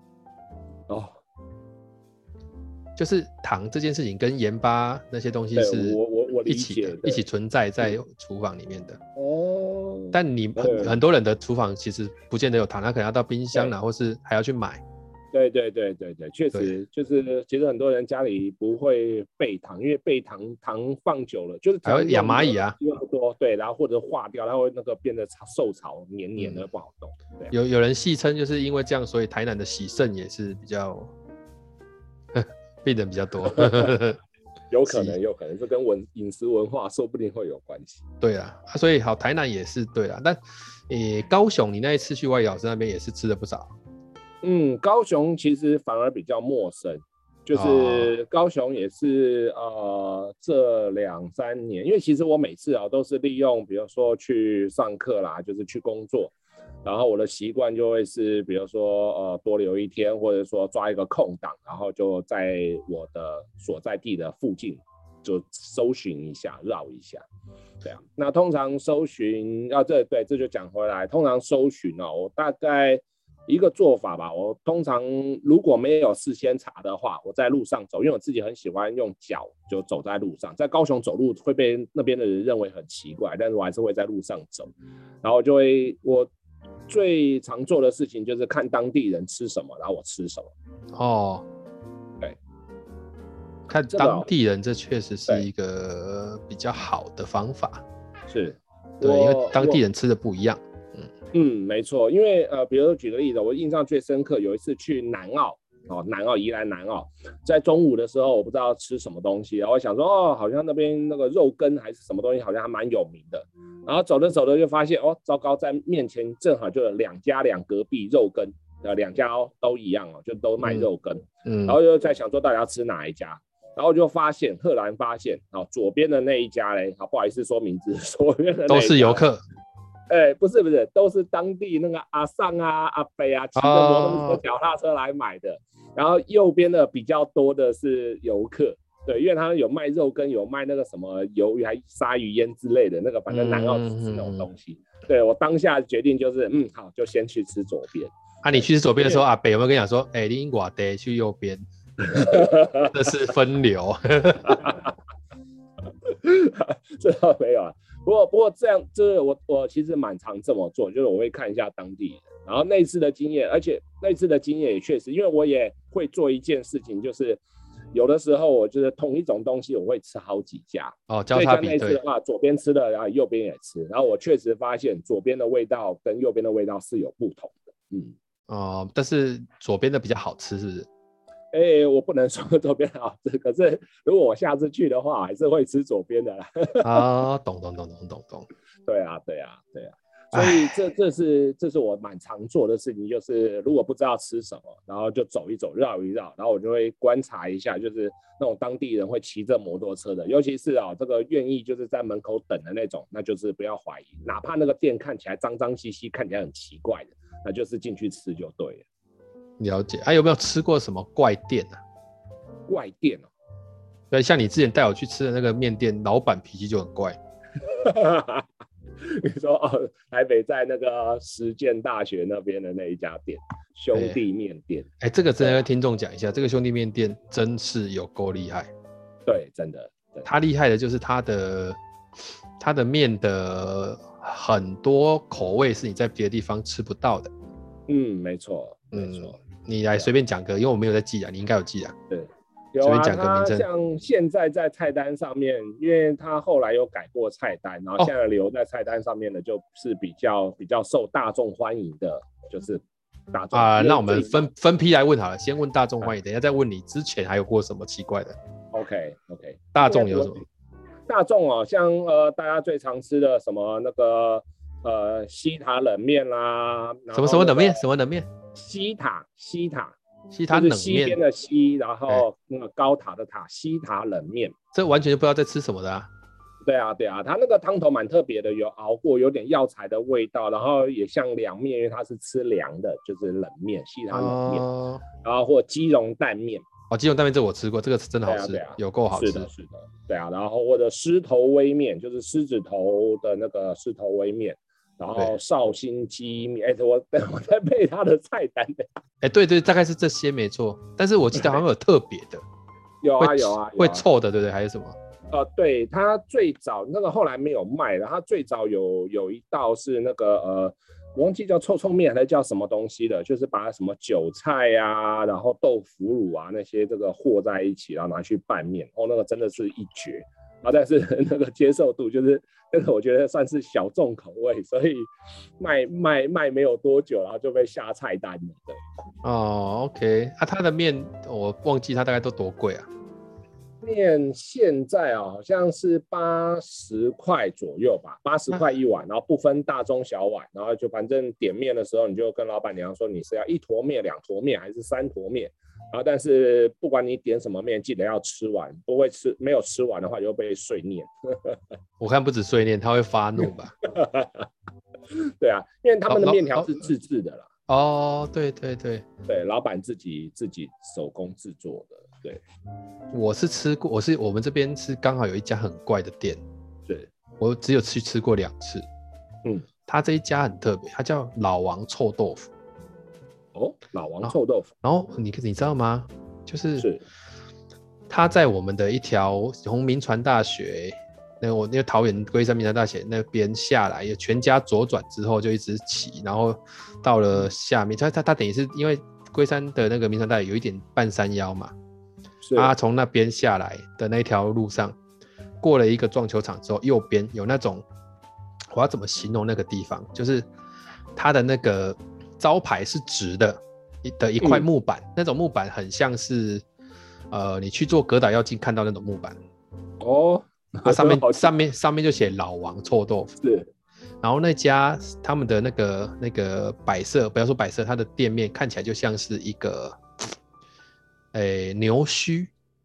就是糖这件事情跟盐巴那些东西是一起的，一起存在在厨房里面的但你很多人的厨房其实不见得有糖，他可能要到冰箱或是还要去买。 对，确实就是其实很多人家里不会备糖，因为备糖放久了就是还会养蚂蚁啊， 用不多，对，然后或者化掉，它会那个变得受潮黏黏的不好动。 有人戏称就是因为这样，所以台南的喜肾也是比较病人比较多。 有可能这跟饮食文化说不定会有关系。 对啦，所以好，台南也是对啦，但高雄你那一次去外老师那边也是吃了不少。 高雄其实反而比较陌生，就是高雄也是这2-3年，因为其实我每次都是利用比如说去上课啦，就是去工作，然后我的习惯就会是比如说多留1天，或者说抓一个空档，然后就在我的所在地的附近就搜寻一下，绕一下。对啊，那通常搜寻这就讲回来，通常搜寻我大概一个做法吧，我通常如果没有事先查的话，我在路上走，因为我自己很喜欢用脚就走在路上，在高雄走路会被那边的人认为很奇怪，但是我还是会在路上走，然后我最常做的事情就是看当地人吃什么，然后我吃什么。对， 看当地人，这确实是一个比较好的方法。 是， 对，因为当地人吃的不一样。 没错，因为比如说举个例子，我印象最深刻，有一次去南澳， 南澳宜兰南澳，在中午的时候我不知道吃什么东西，然后我想说好像那边那个肉羹还是什么东西好像还蛮有名的，然后走着走着就发现糟糕，在面前正好就有2家2隔壁肉羹，2家都一样就都卖肉羹，然后就在想说到底要吃哪一家，然后就赫然发现左边的那一家嘞，不好意思说名字，左边的那一家都是游客。 不是，都是当地那个阿桑啊、阿伯啊骑着摩托车、脚踏车来买的。然后右边的比较多的是游客，对，因为他们有卖肉羹，有卖那个什么鱿鱼还鲨鱼烟之类的，那个反正南澳只吃那种东西。对，我当下决定就是好，就先去吃左边。 你去吃左边的时候，阿北有没有跟你讲说，你我得去右边？这是分流。 这倒没有啊。不过这样就是我其实蛮常这么做，就是我会看一下当地人，然后那次的经验，而且那次的经验也确实，因为我也会做一件事情，就是有的时候我觉得同一种东西我会吃好几家交叉比对。 那次的话，左边吃了，然后右边也吃，然后我确实发现左边的味道跟右边的味道是有不同的。 但是左边的比较好吃，是不是？ 我不能说左边好吃，可是如果我下次去的话，还是会吃左边的啦。 懂。 对啊。所以这是我蛮常做的事情，就是如果不知道吃什么，然后就走一走，绕一绕，然后我就会观察一下，就是那种当地人会骑着摩托车的，尤其是这个愿意就是在门口等的那种，那就是不要怀疑，哪怕那个店看起来脏脏兮兮，看起来很奇怪的，那就是进去吃就对了。 了解。有没有吃过什么怪店啊？ 怪店对，像你之前带我去吃的那个面店，老板脾气就很怪。 你说台北在那个实践大学那边的那一家店，兄弟面店。 这个真的跟听众讲一下，这个兄弟面店真是有够厉害。 对，真的。 他厉害的就是他的面的很多口味是你在别的地方吃不到的。 没错。 你来随便讲个，因为我没有在记啊，你应该有记啊。 对，有啊，他像现在在菜单上面，因为他后来有改过菜单，然后现在留在菜单上面的就是比较受大众欢迎的，就是大众那我们分批来问好了，先问大众欢迎，等一下再问你之前还有过什么奇怪的。 OK， 大众有什么？ 大众像大家最常吃的什么那个西塔冷面啦， 什么冷面？什么冷面？ 西塔冷面， 就是西边的西，然后那个高塔的塔，西塔冷面。 这完全就不知道在吃什么的啊。 对啊，它那个汤头蛮特别的，有熬过，有点药材的味道，然后也像凉面，因为它是吃凉的，就是冷面，西塔冷面，然后或鸡茸蛋面。 鸡茸蛋面这我吃过，这个真的好吃，有够好吃。 是的，对啊，然后或者狮头微面，就是狮子头的那个狮头微面。然后绍兴鸡面，我在背他的菜单的。 对，大概是这些没错。但是我记得好像有特别的， 有啊， 会臭的，对不对？还有什么？ 对，他最早那个后来没有卖了，他最早有一道是那个我忘记叫臭面还是叫什么东西的，就是把什么韭菜啊，然后豆腐乳啊那些这个和在一起，然后拿去拌面，那个真的是一绝。但是那个接受度就是那个我觉得算是小众口味，所以卖没有多久，然后就被下菜单了。对。 OK， 他的面我忘记他大概都多贵啊？ 面现在好像是80块左右吧，80块一碗，然后不分大中小碗，然后就反正点面的时候你就跟老板娘说你是要1坨面、2坨面还是3坨面。然后，但是不管你点什么面，记得要吃完，没有吃完的话就被碎念。 我看不止碎念，他会发怒吧？ 对啊，因为他们的面条是自制的啦。对，老板自己手工制作的。对， 我是吃过，我们这边是刚好有一家很怪的店， 对， 我只有去吃过2次。他这一家很特别，他叫老王臭豆腐。 老王臭豆腐。 然后你知道吗？就是他在我们的一条从民传大学，那个桃园龟山民传大学那边下来，全家左转之后就一直骑，然后到了下面，他等于是因为龟山的那个民传大学有一点半山腰嘛，他从那边下来的那条路上，过了一个撞球场之后，右边有那种，我要怎么形容那个地方？就是他的那个招牌是直的， 的一块木板，那种木板很像是你去做葛打药镜看到那种木板哦， 上面就写老王臭豆腐。 是， 然后那家他们的那个摆设，不要说摆设，它的店面看起来就像是一个牛墟，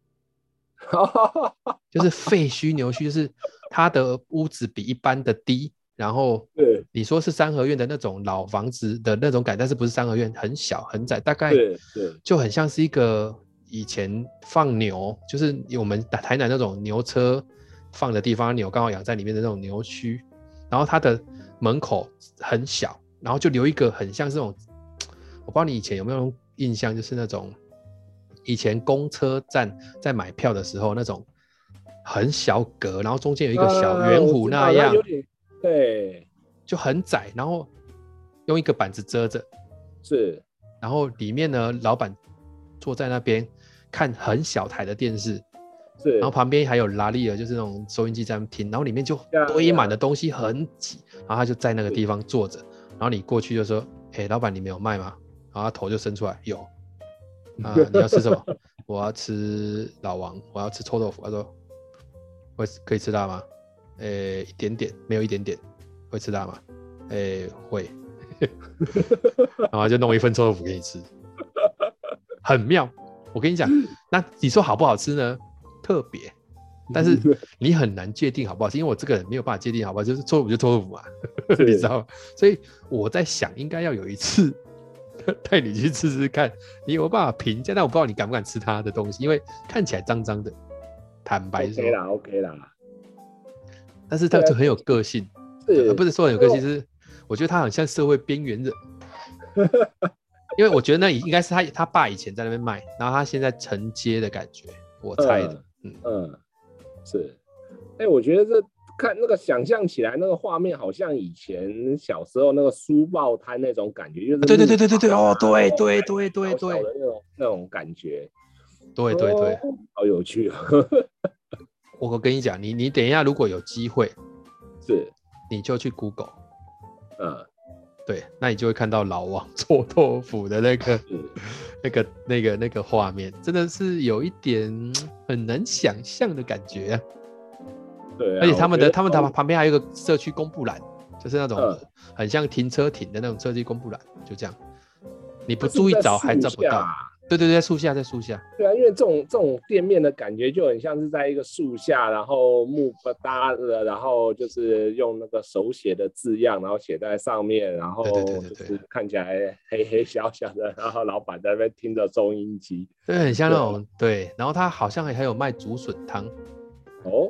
就是废墟牛墟，就是它的屋子比一般的低，然后你说是三合院的那种老房子的那种感，但是不是三合院，很小很窄，大概就很像是一个以前放牛，就是我们台南那种牛车放的地方，牛刚好养在里面的那种牛墟，然后它的门口很小，然后就留一个很像是那种，我不知道你以前有没有印象，就是那种以前公车站在买票的时候那种很小格，然后中间有一个小圆弧那样， 对， 就很窄，然后用一个板子遮着， 是， 然后里面呢，老板坐在那边看很小台的电视， 是， 然后旁边还有拉力尔，就是那种收音机在那听，然后里面就堆满的东西很挤，然后他就在那个地方坐着，然后你过去就说：“老板，你没有卖吗？”然后他头就伸出来，有。你要吃什么？我要吃老王，我要吃臭豆腐。他说：“可以吃辣吗？”一点点，没有一点点。会吃辣吗？会。然后他就弄一份臭豆腐给你吃，很妙。我跟你讲，那你说好不好吃呢？特别，但是你很难界定好不好吃，因为我这个人没有办法界定好不好，就是臭豆腐就臭豆腐嘛，你知道吗？所以我在想，应该要有一次带你去吃吃看，你有没有办法评价？但我不知道你敢不敢吃它的东西，因为看起来脏脏的。坦白说 ，OK 啦。 但是它就很有个性，不是说很有个性，是我觉得他很像社会边缘人。因为我觉得那应该是他爸以前在那边卖，然后他现在承接的感觉，我猜的。 是。我觉得这看那个想象起来，那个画面好像以前小时候那个书报摊那种感觉，就是对，哦，对， 小的那种感觉， 对， 好有趣啊！ 我跟你讲，你等一下如果有机会， 是你就去 Google，对，那你就会看到老王臭豆腐的那个画面，真的是有一点很难想象的感觉啊。 对， 而且他们旁边还有一个社区公布栏，就是那种很像停车亭的那种社区公布栏，就这样，你不注意找还找不到。对，在树下。 对啊，因为这种店面的感觉就很像是在一个树下，然后木搭的，然后就是用那个手写的字样，然后写在上面，然后就是看起来黑黑小小的，然后老板在那边听着收音机， 对，很像那种对。然后他好像还有卖竹笋汤哦，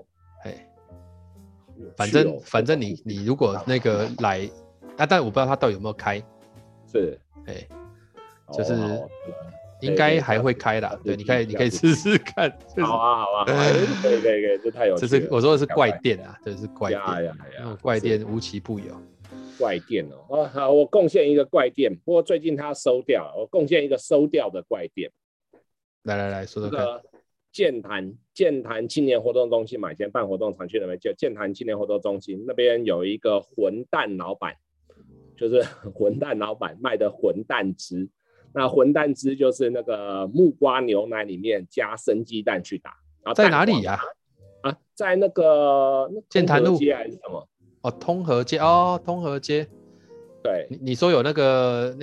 反正你如果那个来，但我不知道他到底有没有开， 是， 就是应该还会开啦。对，你可以试试看。 好啊，可以，这太有趣了。 这是我说的是怪店啊，对，是怪店， 那种怪店无奇不有。 怪店哦，好，我贡献一个怪店，不过最近他收掉了，我贡献一个收掉的怪店。 来说说看。 健谈青年活动中心嘛，以前办活动常去那边，就健谈青年活动中心那边有一个混蛋老板，就是混蛋老板卖的混蛋汁。那混蛋汁就是那个木瓜牛奶里面加生鸡蛋去打。 在哪里呀？ 在那个健谈路街还是什么？ 通河街通河街。 对， 你说有那个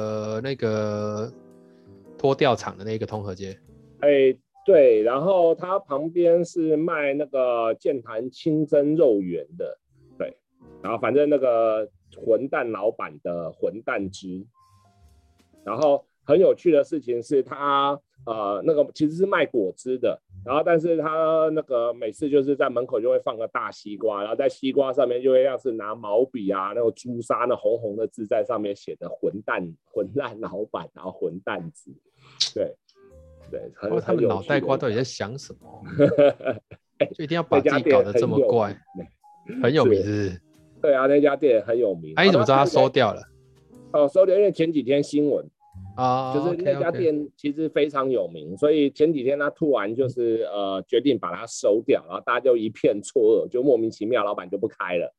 脱吊厂的那个通河街。 对，然后它旁边是卖那个健谈清蒸肉圆的，对，然后反正那个混蛋老板的混蛋汁，然后很有趣的事情是他那个其实是卖果汁的，然后但是他那个每次就是在门口就会放个大西瓜，然后在西瓜上面就会像是拿毛笔啊那种朱砂那红红的字在上面写的混蛋老板，然后混蛋汁，对。 他们脑袋瓜到底在想什么？就一定要把自己搞得这么怪，很有名是不是？ 对啊，那家店很有名。 你怎么知道他收掉了？ 收掉，因为前几天新闻就是那家 okay. 店其实非常有名，所以前几天他突然就是决定把它收掉，然后大家就一片错愕，就莫名其妙，老板就不开了。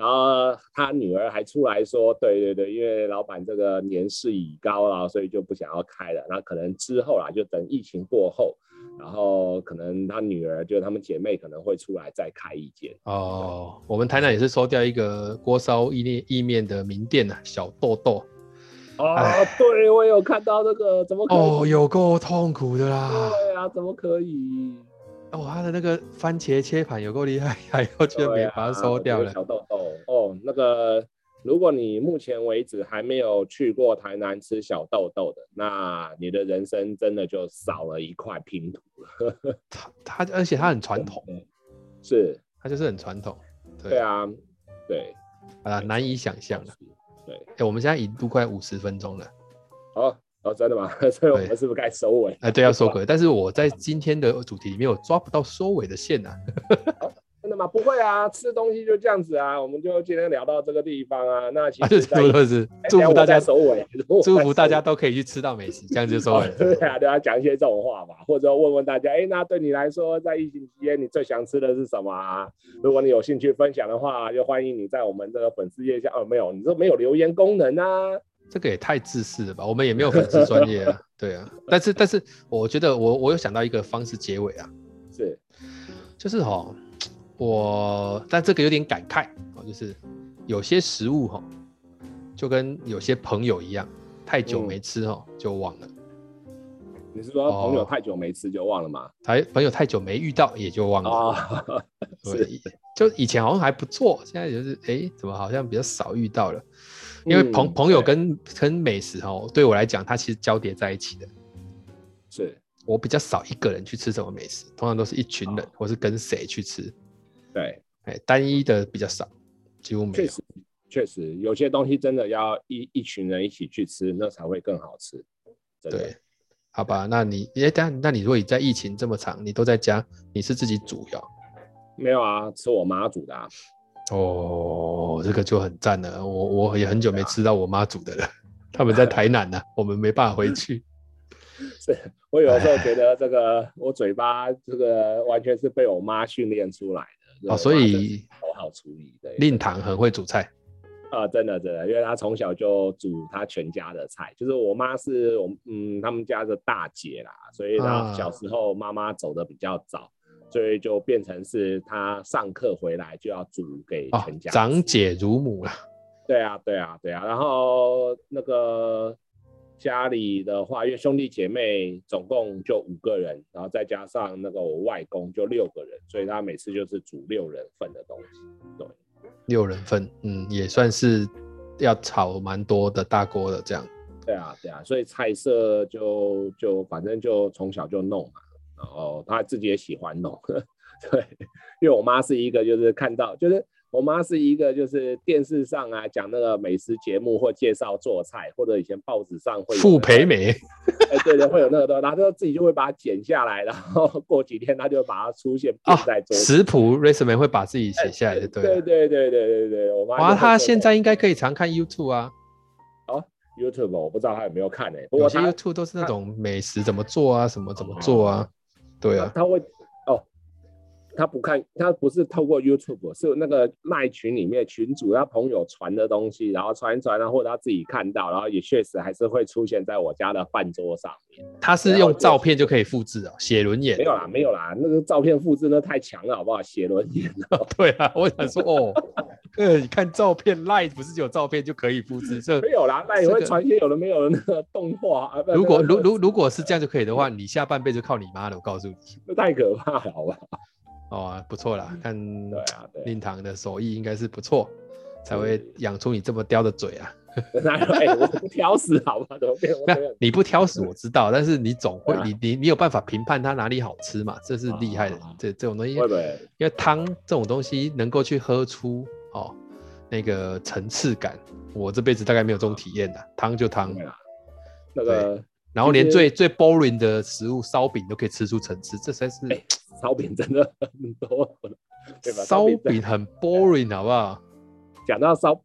然后他女儿还出来说，对对对，因为老板这个年事已高啦，所以就不想要开了。那可能之后啦，就等疫情过后，然后可能他女儿就他们姐妹可能会出来再开一间。 哦，我们台南也是收掉一个锅烧意面的名店啊，小豆豆。 对，我有看到那个，怎么可以？ 哦，有够痛苦的啦。 对啊，怎么可以？ 他的那个番茄切盘有够厉害，还要居然没把它收掉了。 小豆豆那个，如果你目前为止还没有去过台南吃小豆豆的，那你的人生真的就少了一块拼图了。 而且它很传统， 是， 它就是很传统。 对啊，对啊，难以想象了。 对， 我们现在已经快50分钟了。 真的吗？所以我们是不是该收尾？ 对，要收尾。但是我在今天的主题里面有抓不到收尾的线啊。 真的吗？不会啊，吃东西就这样子啊。我们就今天聊到这个地方啊。那其实是祝福大家收尾， 祝福大家都可以去吃到美食，这样就收尾了。 对啊，对啊，讲一些这种话嘛，或者问问大家，那对你来说，在疫情期间你最想吃的是什么啊？如果你有兴趣分享的话，就欢迎你在我们这个粉丝页下。没有，你这没有留言功能啊。 这个也太自私了吧！我们也没有粉丝专业啊，对啊。但是，我觉得我有想到一个方式结尾啊，就是但这个有点感慨，就是有些食物就跟有些朋友一样，太久没吃就忘了。 你是说朋友太久没吃就忘了吗？ 朋友太久没遇到也就忘了。就以前好像还不错，现在就是怎么好像比较少遇到了。因为朋友跟美食对我来讲，它其实交叠在一起的。 是我比较少一个人去吃什么美食，通常都是一群人，或是跟谁去吃。 对， 单一的比较少，几乎没有。 确实，有些东西真的要一群人一起去吃，那才会更好吃。 对，好吧，那你如果你在疫情这么长，你都在家，你是自己煮呀？ 没有啊，吃我妈煮的啊。 这个就很赞了。我也很久没吃到我妈煮的了。他们在台南呢，我们没办法回去。 是我有时候觉得这个我嘴巴这个完全是被我妈训练出来的。 所以头好处理。 令堂很会煮菜。 真的，因为她从小就煮她全家的菜，就是我妈是他们家的大姐啦，所以她小时候妈妈走的比较早。所以就变成是他上课回来就要煮给全家。 长姐如母啦。 对啊。然后那个家里的话，因为兄弟姐妹总共就5个人，然后再加上那个我外公就6个人，所以他每次就是煮6人份的东西。对 ，6人份，也算是要炒蛮多的大锅的这样。 对啊，所以菜色就反正就从小就弄嘛。然后他自己也喜欢弄。对，因为我妈是一个就是看到就是我妈是一个就是电视上啊讲那个美食节目或介绍做菜，或者以前报纸上会有傅培梅。 对，会有那个，然后就自己就会把它剪下来，然后过几天他就把它出现在桌子。 食谱 resume 会把自己写下来的。 对，我妈。 她现在应该可以常看 YouTube 啊。 YouTube 我不知道他有没有看有些 YouTube 都是那种美食怎么做啊，什么怎么做啊。对啊， 他会他不看，他不是透过 YouTube， 是那个赖群里面群主他朋友传的东西，然后传，然后或者他自己看到，然后也确实还是会出现在我家的饭桌上面。 他是用照片就可以复制写轮眼？ 没有啦，那个照片复制那太强了，好不好？写轮眼。 对啊，我想说你看照片赖不是只有照片就可以复制？ 没有啦，那也会传些有的没有的那个动画。 如果是这样就可以的话，你下半辈子靠你妈了，我告诉你。 这太可怕了，好不好？ 不错啦，看令堂的手艺应该是不错，才会养出你这么刁的嘴啊。 我不挑食，好吧？ 你不挑食我知道，但是你总会你有办法评判它哪里好吃嘛？这是厉害的。这种东西，因为汤这种东西能够去喝出那个层次感，我这辈子大概没有这种体验的。汤就汤，对，然后连最 boring 的食物烧饼都可以吃出层次，这才是。 烧饼真的很多，对吧？ 烧饼很 boring， 好不好？ 讲到烧饼，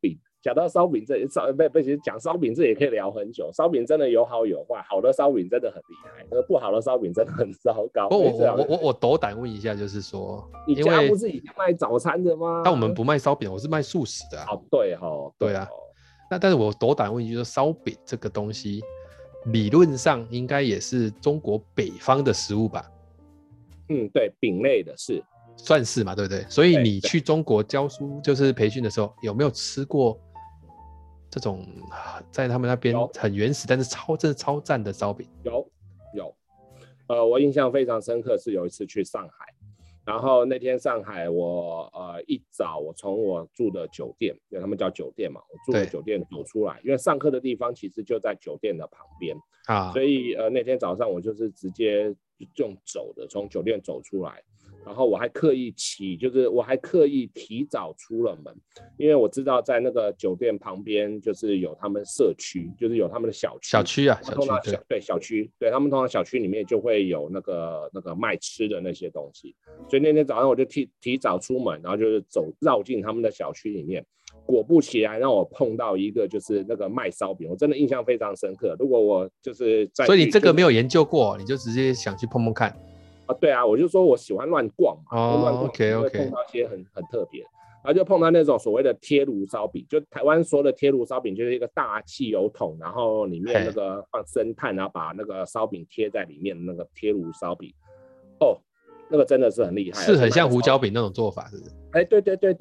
讲到烧饼这不其实讲烧饼这也可以聊很久。烧饼真的有好有坏，好的烧饼真的很厉害，不好的烧饼真的很糟糕。 我斗胆问一下，就是说， 你家不是以前卖早餐的吗？ 但我们不卖烧饼，我是卖素食的啊。 哦，对哦， 对啊。那但是我斗胆问一句，说烧饼这个东西，理论上应该也是中国北方的食物吧？ 对，饼类的是。 算是嘛，对不对？所以你去中国教书就是培训的时候，有没有吃过这种在他们那边很原始但是真的超赞的烧饼？ 有，我印象非常深刻，是有一次去上海，然后那天上海我一早我从我住的酒店，因为他们叫酒店嘛，我住的酒店走出来，因为上课的地方其实就在酒店的旁边啊，所以那天早上我就是直接用走的从酒店走出来。然后我还刻意提早出了门，因为我知道在那个酒店旁边就是有他们社区，就是有他们的小区啊，小区，对，他们通常小区里面就会有那个卖吃的那些东西，所以那天早上我就提早出门，然后就是绕进他们的小区里面，果不其然让我碰到一个就是那个卖烧饼，我真的印象非常深刻。如果我就是所以你这个没有研究过，你就直接想去碰碰看。 对啊，我就说我喜欢乱逛嘛，乱逛会碰到一些很特别，然后就碰到那种所谓的贴炉烧饼，就台湾说的贴炉烧饼，就是一个大汽油桶，然后里面那个放生炭，然后把那个烧饼贴在里面的那个贴炉烧饼。那个真的是很厉害， 是很像胡椒饼那种做法，是不是？ 对，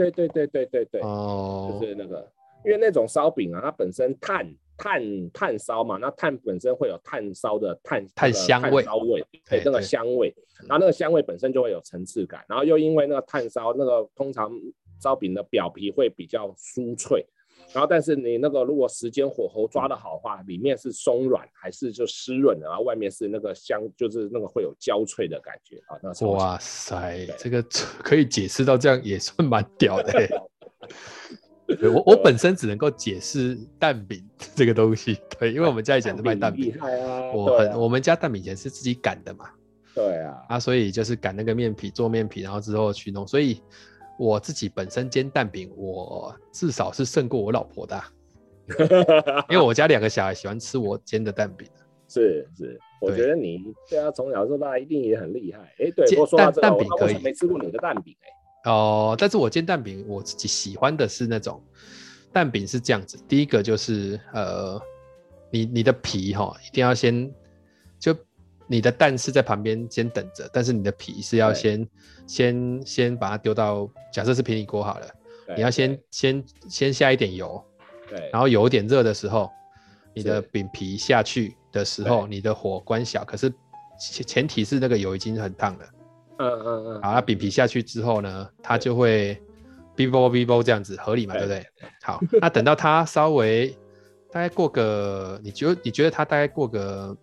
就是那个，因为那种烧饼啊，它本身炭烧嘛，那炭本身会有炭烧的炭香味， 对，那个香味，然后那个香味本身就会有层次感，然后又因为那个炭烧，那个通常烧饼的表皮会比较酥脆，然后但是你那个如果时间火候抓得好的话，里面是松软还是就湿润的，然后外面是那个香，就是那个会有焦脆的感觉啊。那哇塞，这个可以解释到这样也算蛮屌的。我本身只能够解释蛋饼这个东西，对，因为我们家以前是卖蛋饼， 厉害啊！ 我们家蛋饼以前是自己擀的嘛， 对啊， 所以就是擀那个面皮做面皮，然后之后去弄，所以我自己本身煎蛋饼，我至少是胜过我老婆的，因为我家2个小孩喜欢吃我煎的蛋饼。 是，我觉得你对啊，从小到大一定也很厉害。对，不过说到这个， 蛋饼可以， 我没吃过你的蛋饼但是我煎蛋饼，我自己喜欢的是那种蛋饼是这样子。第一个就是你的皮一定要先，就你的蛋是在旁边先等着，但是你的皮是要先把它丢到，假设是平底锅好了，你要先下一点油，对，然后油点热的时候，你的饼皮下去的时候，你的火关小，可是前提是那个油已经很烫了。好，那饼皮下去之后呢，它就会哔啵这样子，合理嘛，对不对？好，那等到它稍微大概过个，你觉得它大概过个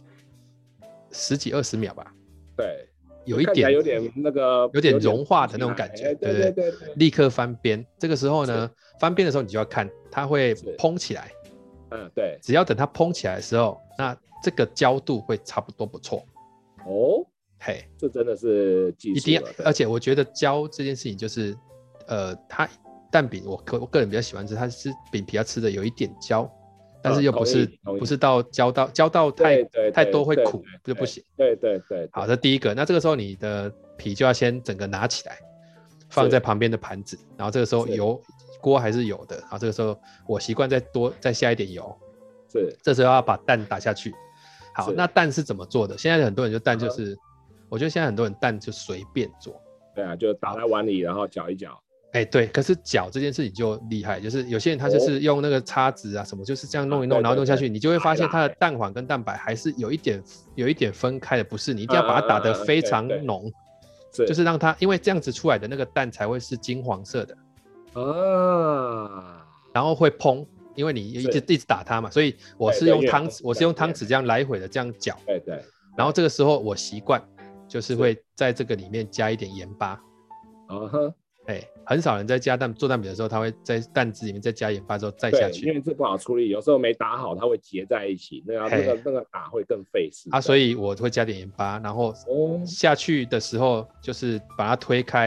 10几20秒吧？ 对， 有一点那个有点融化的那种感觉，对，立刻翻边。这个时候呢，翻边的时候你就要看它会蓬起来。 对， 只要等它蓬起来的时候，那这个焦度会差不多不错。 这真的是技术， 一定要，而且我觉得焦这件事情就是，它蛋饼我个人比较喜欢吃，它是饼皮要吃的有一点焦，但是又不是到焦到太多会苦就不行。 对， 好，这第一个。那这个时候你的皮就要先整个拿起来，放在旁边的盘子，然后这个时候锅还是有的，然后这个时候我习惯再下一点油，这时候要把蛋打下去。好，那蛋是怎么做的？现在很多人就蛋就是。我觉得现在很多人蛋就随便做， 对啊，就打在碗里，然后搅一搅。 对，可是搅这件事情就厉害，就是有些人他就是用那个叉子啊什么，就是这样弄一弄，然后弄下去，你就会发现它的蛋黄跟蛋白还是有一点分开的，不是你一定要把它打得非常浓，就是让它，因为这样子出来的那个蛋才会是金黄色的然后会蓬，因为你一直打它嘛，所以我是用汤匙这样来回的这样搅， 对， 然后这个时候我习惯。就是会在这个里面加一点盐巴，很少人在做蛋饼的时候，他会在蛋汁里面再加盐巴之后再下去， 因为这不好处理，有时候没打好，它会结在一起，那个打会更费事啊，所以我会加点盐巴，然后下去的时候就是把它推开，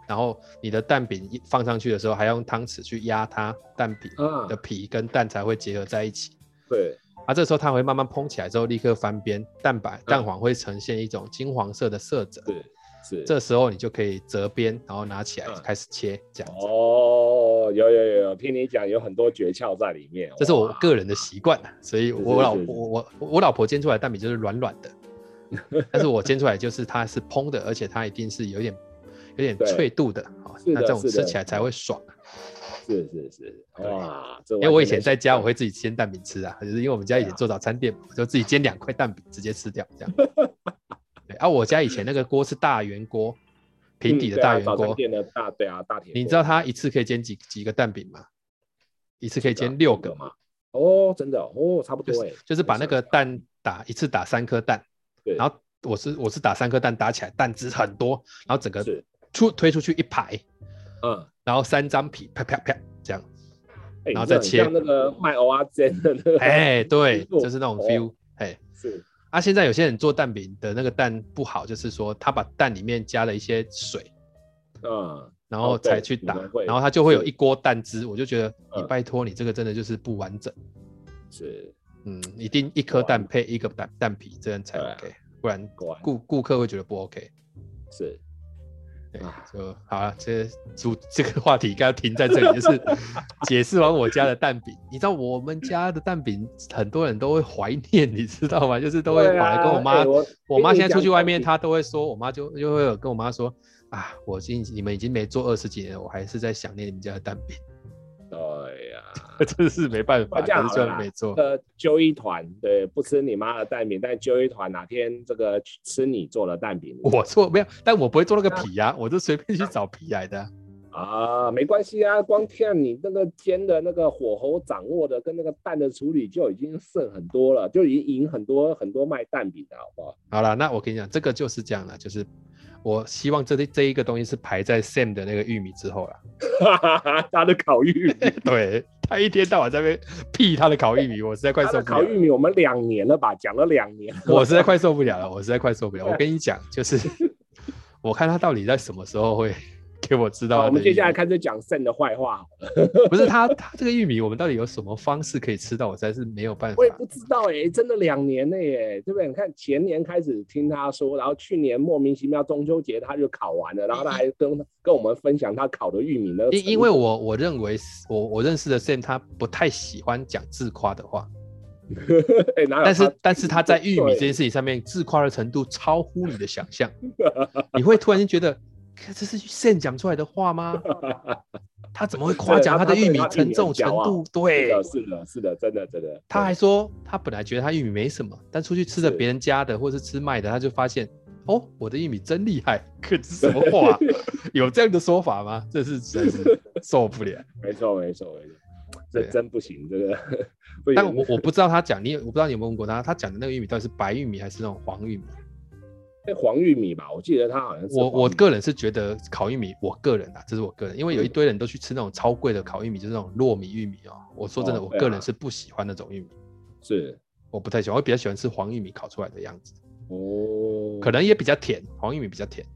然后你的蛋饼放上去的时候，还要用汤匙去压它蛋饼的皮跟蛋才会结合在一起。 对， 这时候它会慢慢蓬起来之后，立刻翻边，蛋黄会呈现一种金黄色的色泽。 是， 这时候你就可以折边，然后拿起来开始切，这样子。 哦，有，听你讲有很多诀窍在里面。 这是我个人的习惯，所以我老婆煎出来的蛋饼就是软软的，但是我煎出来就是它是蓬的，而且它一定是有点脆度的，那这种吃起来才会爽。 是，哇！ 因为我以前在家我会自己煎蛋饼吃啊，就是因为我们家以前做早餐店嘛，我就自己煎2块蛋饼直接吃掉这样。对我家以前那个锅是大圆锅，平底的大圆锅， 早餐店的大铁锅。 你知道它一次可以煎几个蛋饼吗？一次可以煎6个嘛？ 哦，真的哦，差不多就是把那个蛋一次打3颗蛋，然后我是打3颗蛋打起来，蛋汁很多，然后整个推出去一排，然后3张皮，啪啪啪这样，然后再切。 像那个卖蚵仔煎的那个， 对，就是那种 feel， 是。 现在有些人做蛋饼的那个蛋不好，就是说他把蛋里面加了一些水，然后才去打，然后他就会有一锅蛋汁，我就觉得你拜托你这个真的就是不完整。 是， 一定1颗蛋配1个蛋皮，这样才 OK，不然顾客会觉得不 OK。 是。 就好了，这个话题刚刚停在这里，就是解释完我家的蛋饼。你知道我们家的蛋饼很多人都会怀念，你知道吗？就是都会跑来跟我妈，我妈现在出去外面，她都会说，我妈就会有跟我妈说啊，你们已经没做20几年了，我还是在想念你们家的蛋饼。 对呀， 真是没办法，但是虽然没做。 揪一团，对，不吃你妈的蛋饼，但揪一团哪天这个吃你做的蛋饼。 我做没有，但我不会做那个皮啊，我就随便去找皮来的。 没关系啊，光看你那个煎的那个火候掌握的跟那个蛋的处理就已经胜很多了，就已经赢很多卖蛋饼的，好不好？ 好了，那我跟你讲，这个就是这样了，就是我希望这一个东西是排在 Sam 的那个玉米之后了。 他的烤玉米， 对，他一天到晚在那边屁他的烤玉米，我实在快受不了。 烤玉米我们2年了吧，讲了2年了， 我实在快受不了了，我跟你讲，就是我看他到底在什么时候会给我知道。 我们接下来开始讲 Sam 的坏话好了。 不是他这个玉米，我们到底有什么方式可以吃到？我实在是没有办法。 我也不知道真的2年了耶，对不对？你看前年开始听他说，然后去年莫名其妙中秋节他就烤完了，然后他还跟我们分享他烤的玉米呢。 因为我认为我认识的 Sam 他不太喜欢讲自夸的话。但是他在玉米这件事情上面自夸的程度超乎你的想象，你会突然间觉得这是 Sam 讲出来的话吗？他怎么会夸奖他的玉米成这种程度？对， 是的，真的。 他还说他本来觉得他玉米没什么，但出去吃了别人家的或是吃卖的，他就发现我的玉米真厉害。可是什么话？有这样的说法吗？这是实在是受不了。 没错，这真不行，这个。 但我不知道他讲，我不知道你有没有问过他讲的那个玉米到底是白玉米还是那种黄玉米？ 黄玉米吧，我记得他好像是。 我个人是觉得烤玉米，我个人这是我个人，因为有一堆人都去吃那种超贵的烤玉米，就是那种糯米玉米我说真的，我个人是不喜欢那种玉米， 是我不太喜欢，我比较喜欢吃黄玉米烤出来的样子。可能也比较甜，黄玉米比较甜。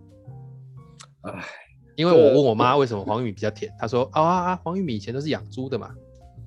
因为我问我妈为什么黄玉米比较甜，她说黄玉米以前都是养猪的嘛。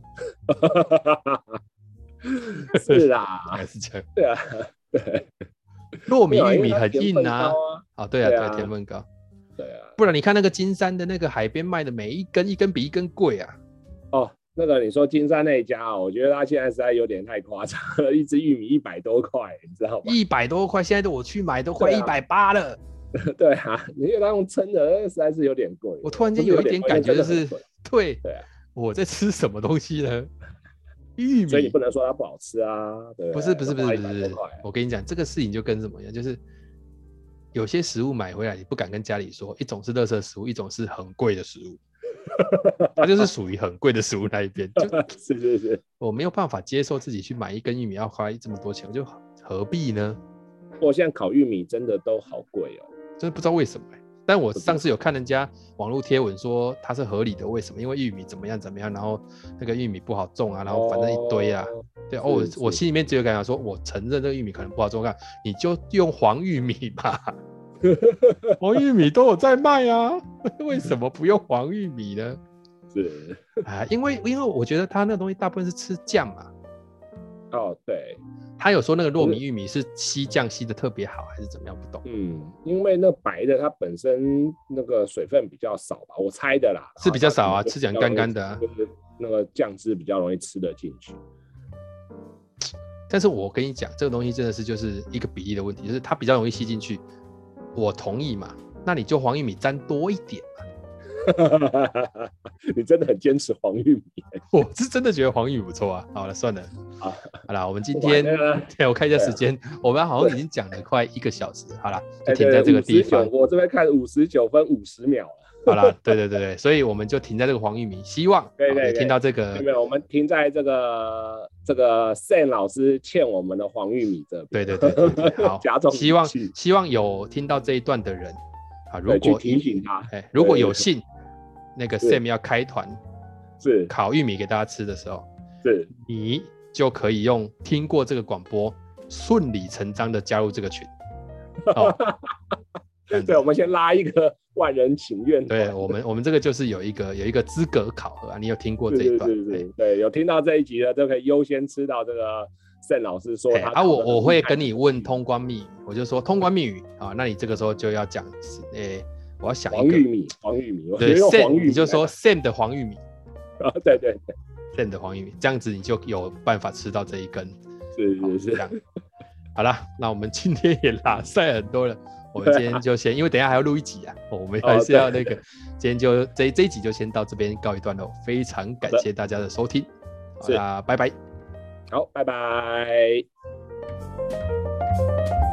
是啊， 是这样。 对啊，对。 糯米玉米很硬啊。对啊，甜分高。 对啊， 不然你看那个金山的那个海边卖的，每一根比一根贵啊。 那个你说金山那一家我觉得他现在实在有点太夸张了，一只玉米100多块，你知道吗 ？100多块，现在我去买都快180了。 对啊，因为他用称的，实在是有点贵。 我突然间有一点感觉，就是对，我在吃什么东西呢？玉米， 所以你不能说它不好吃啊。对， 不是，我跟你讲，这个事情就跟什么一样，就是有些食物买回来你不敢跟家里说，一种是垃圾食物，一种是很贵的食物，它就是属于很贵的食物那一边。 是， 我没有办法接受自己去买一根玉米要花这么多钱，我就何必呢？ 我现在烤玉米真的都好贵真的不知道为什么但我上次有看人家网络贴文说它是合理的，为什么？因为玉米怎么样，然后那个玉米不好种啊，然后反正一堆啊。对我心里面只有感觉说，我承认这个玉米可能不好种，你就用黄玉米吧。 黄玉米都有在卖啊，为什么不用黄玉米呢？ 是啊，因为我觉得它那个东西大部分是吃酱嘛。 哦，对， 他有说那个糯米玉米是吸酱吸的特别好，还是怎么样？不懂。 因为那白的它本身那个水分比较少吧，我猜的啦， 是比较少啊，吃起来干干的啊， 就是那个酱汁比较容易吃得进去。 但是我跟你讲，这个东西真的是就是一个比例的问题，就是它比较容易吸进去。我同意嘛，那你就黄玉米沾多一点嘛。 你真的很坚持黄玉米。 我是真的觉得黄玉米不错啊。好了，算了，好了，我们今天我看一下时间，我们好像已经讲了快1个小时。好了，就停在这个地方。 我这边看59分50秒了。 好了，对，所以我们就停在这个黄玉米，希望对听到这个， 没有，我们停在这个Sam 老师欠我们的黄玉米这边。 对，好，希望有听到这一段的人啊，如果提醒他， 如果有幸那个 Sam 要开团是烤玉米给大家吃的时候， 是你就可以用听过这个广播顺理成章的加入这个群。 对，我们先拉一个万人请愿。 对，我们这个就是有一个资格考核啊，你有听过这一段？ 对，有听到这一集的都可以优先吃到这个盛老师说他。 我会跟你问通关密语，我就说通关密语啊，那你这个时候就要讲，我要想一个黄玉米， 对 Sam 你就说 Sam 的黄玉米啊，对 Sam 的黄玉米，这样子你就有办法吃到这一根。 是这样。好了，那我们今天也拉赛很多了。我们今天就先，因为等一下还要录一集啊，我们还是要那个，今天就这一集就先到这边告一段落，非常感谢大家的收听，好啦，拜拜。 好，拜拜。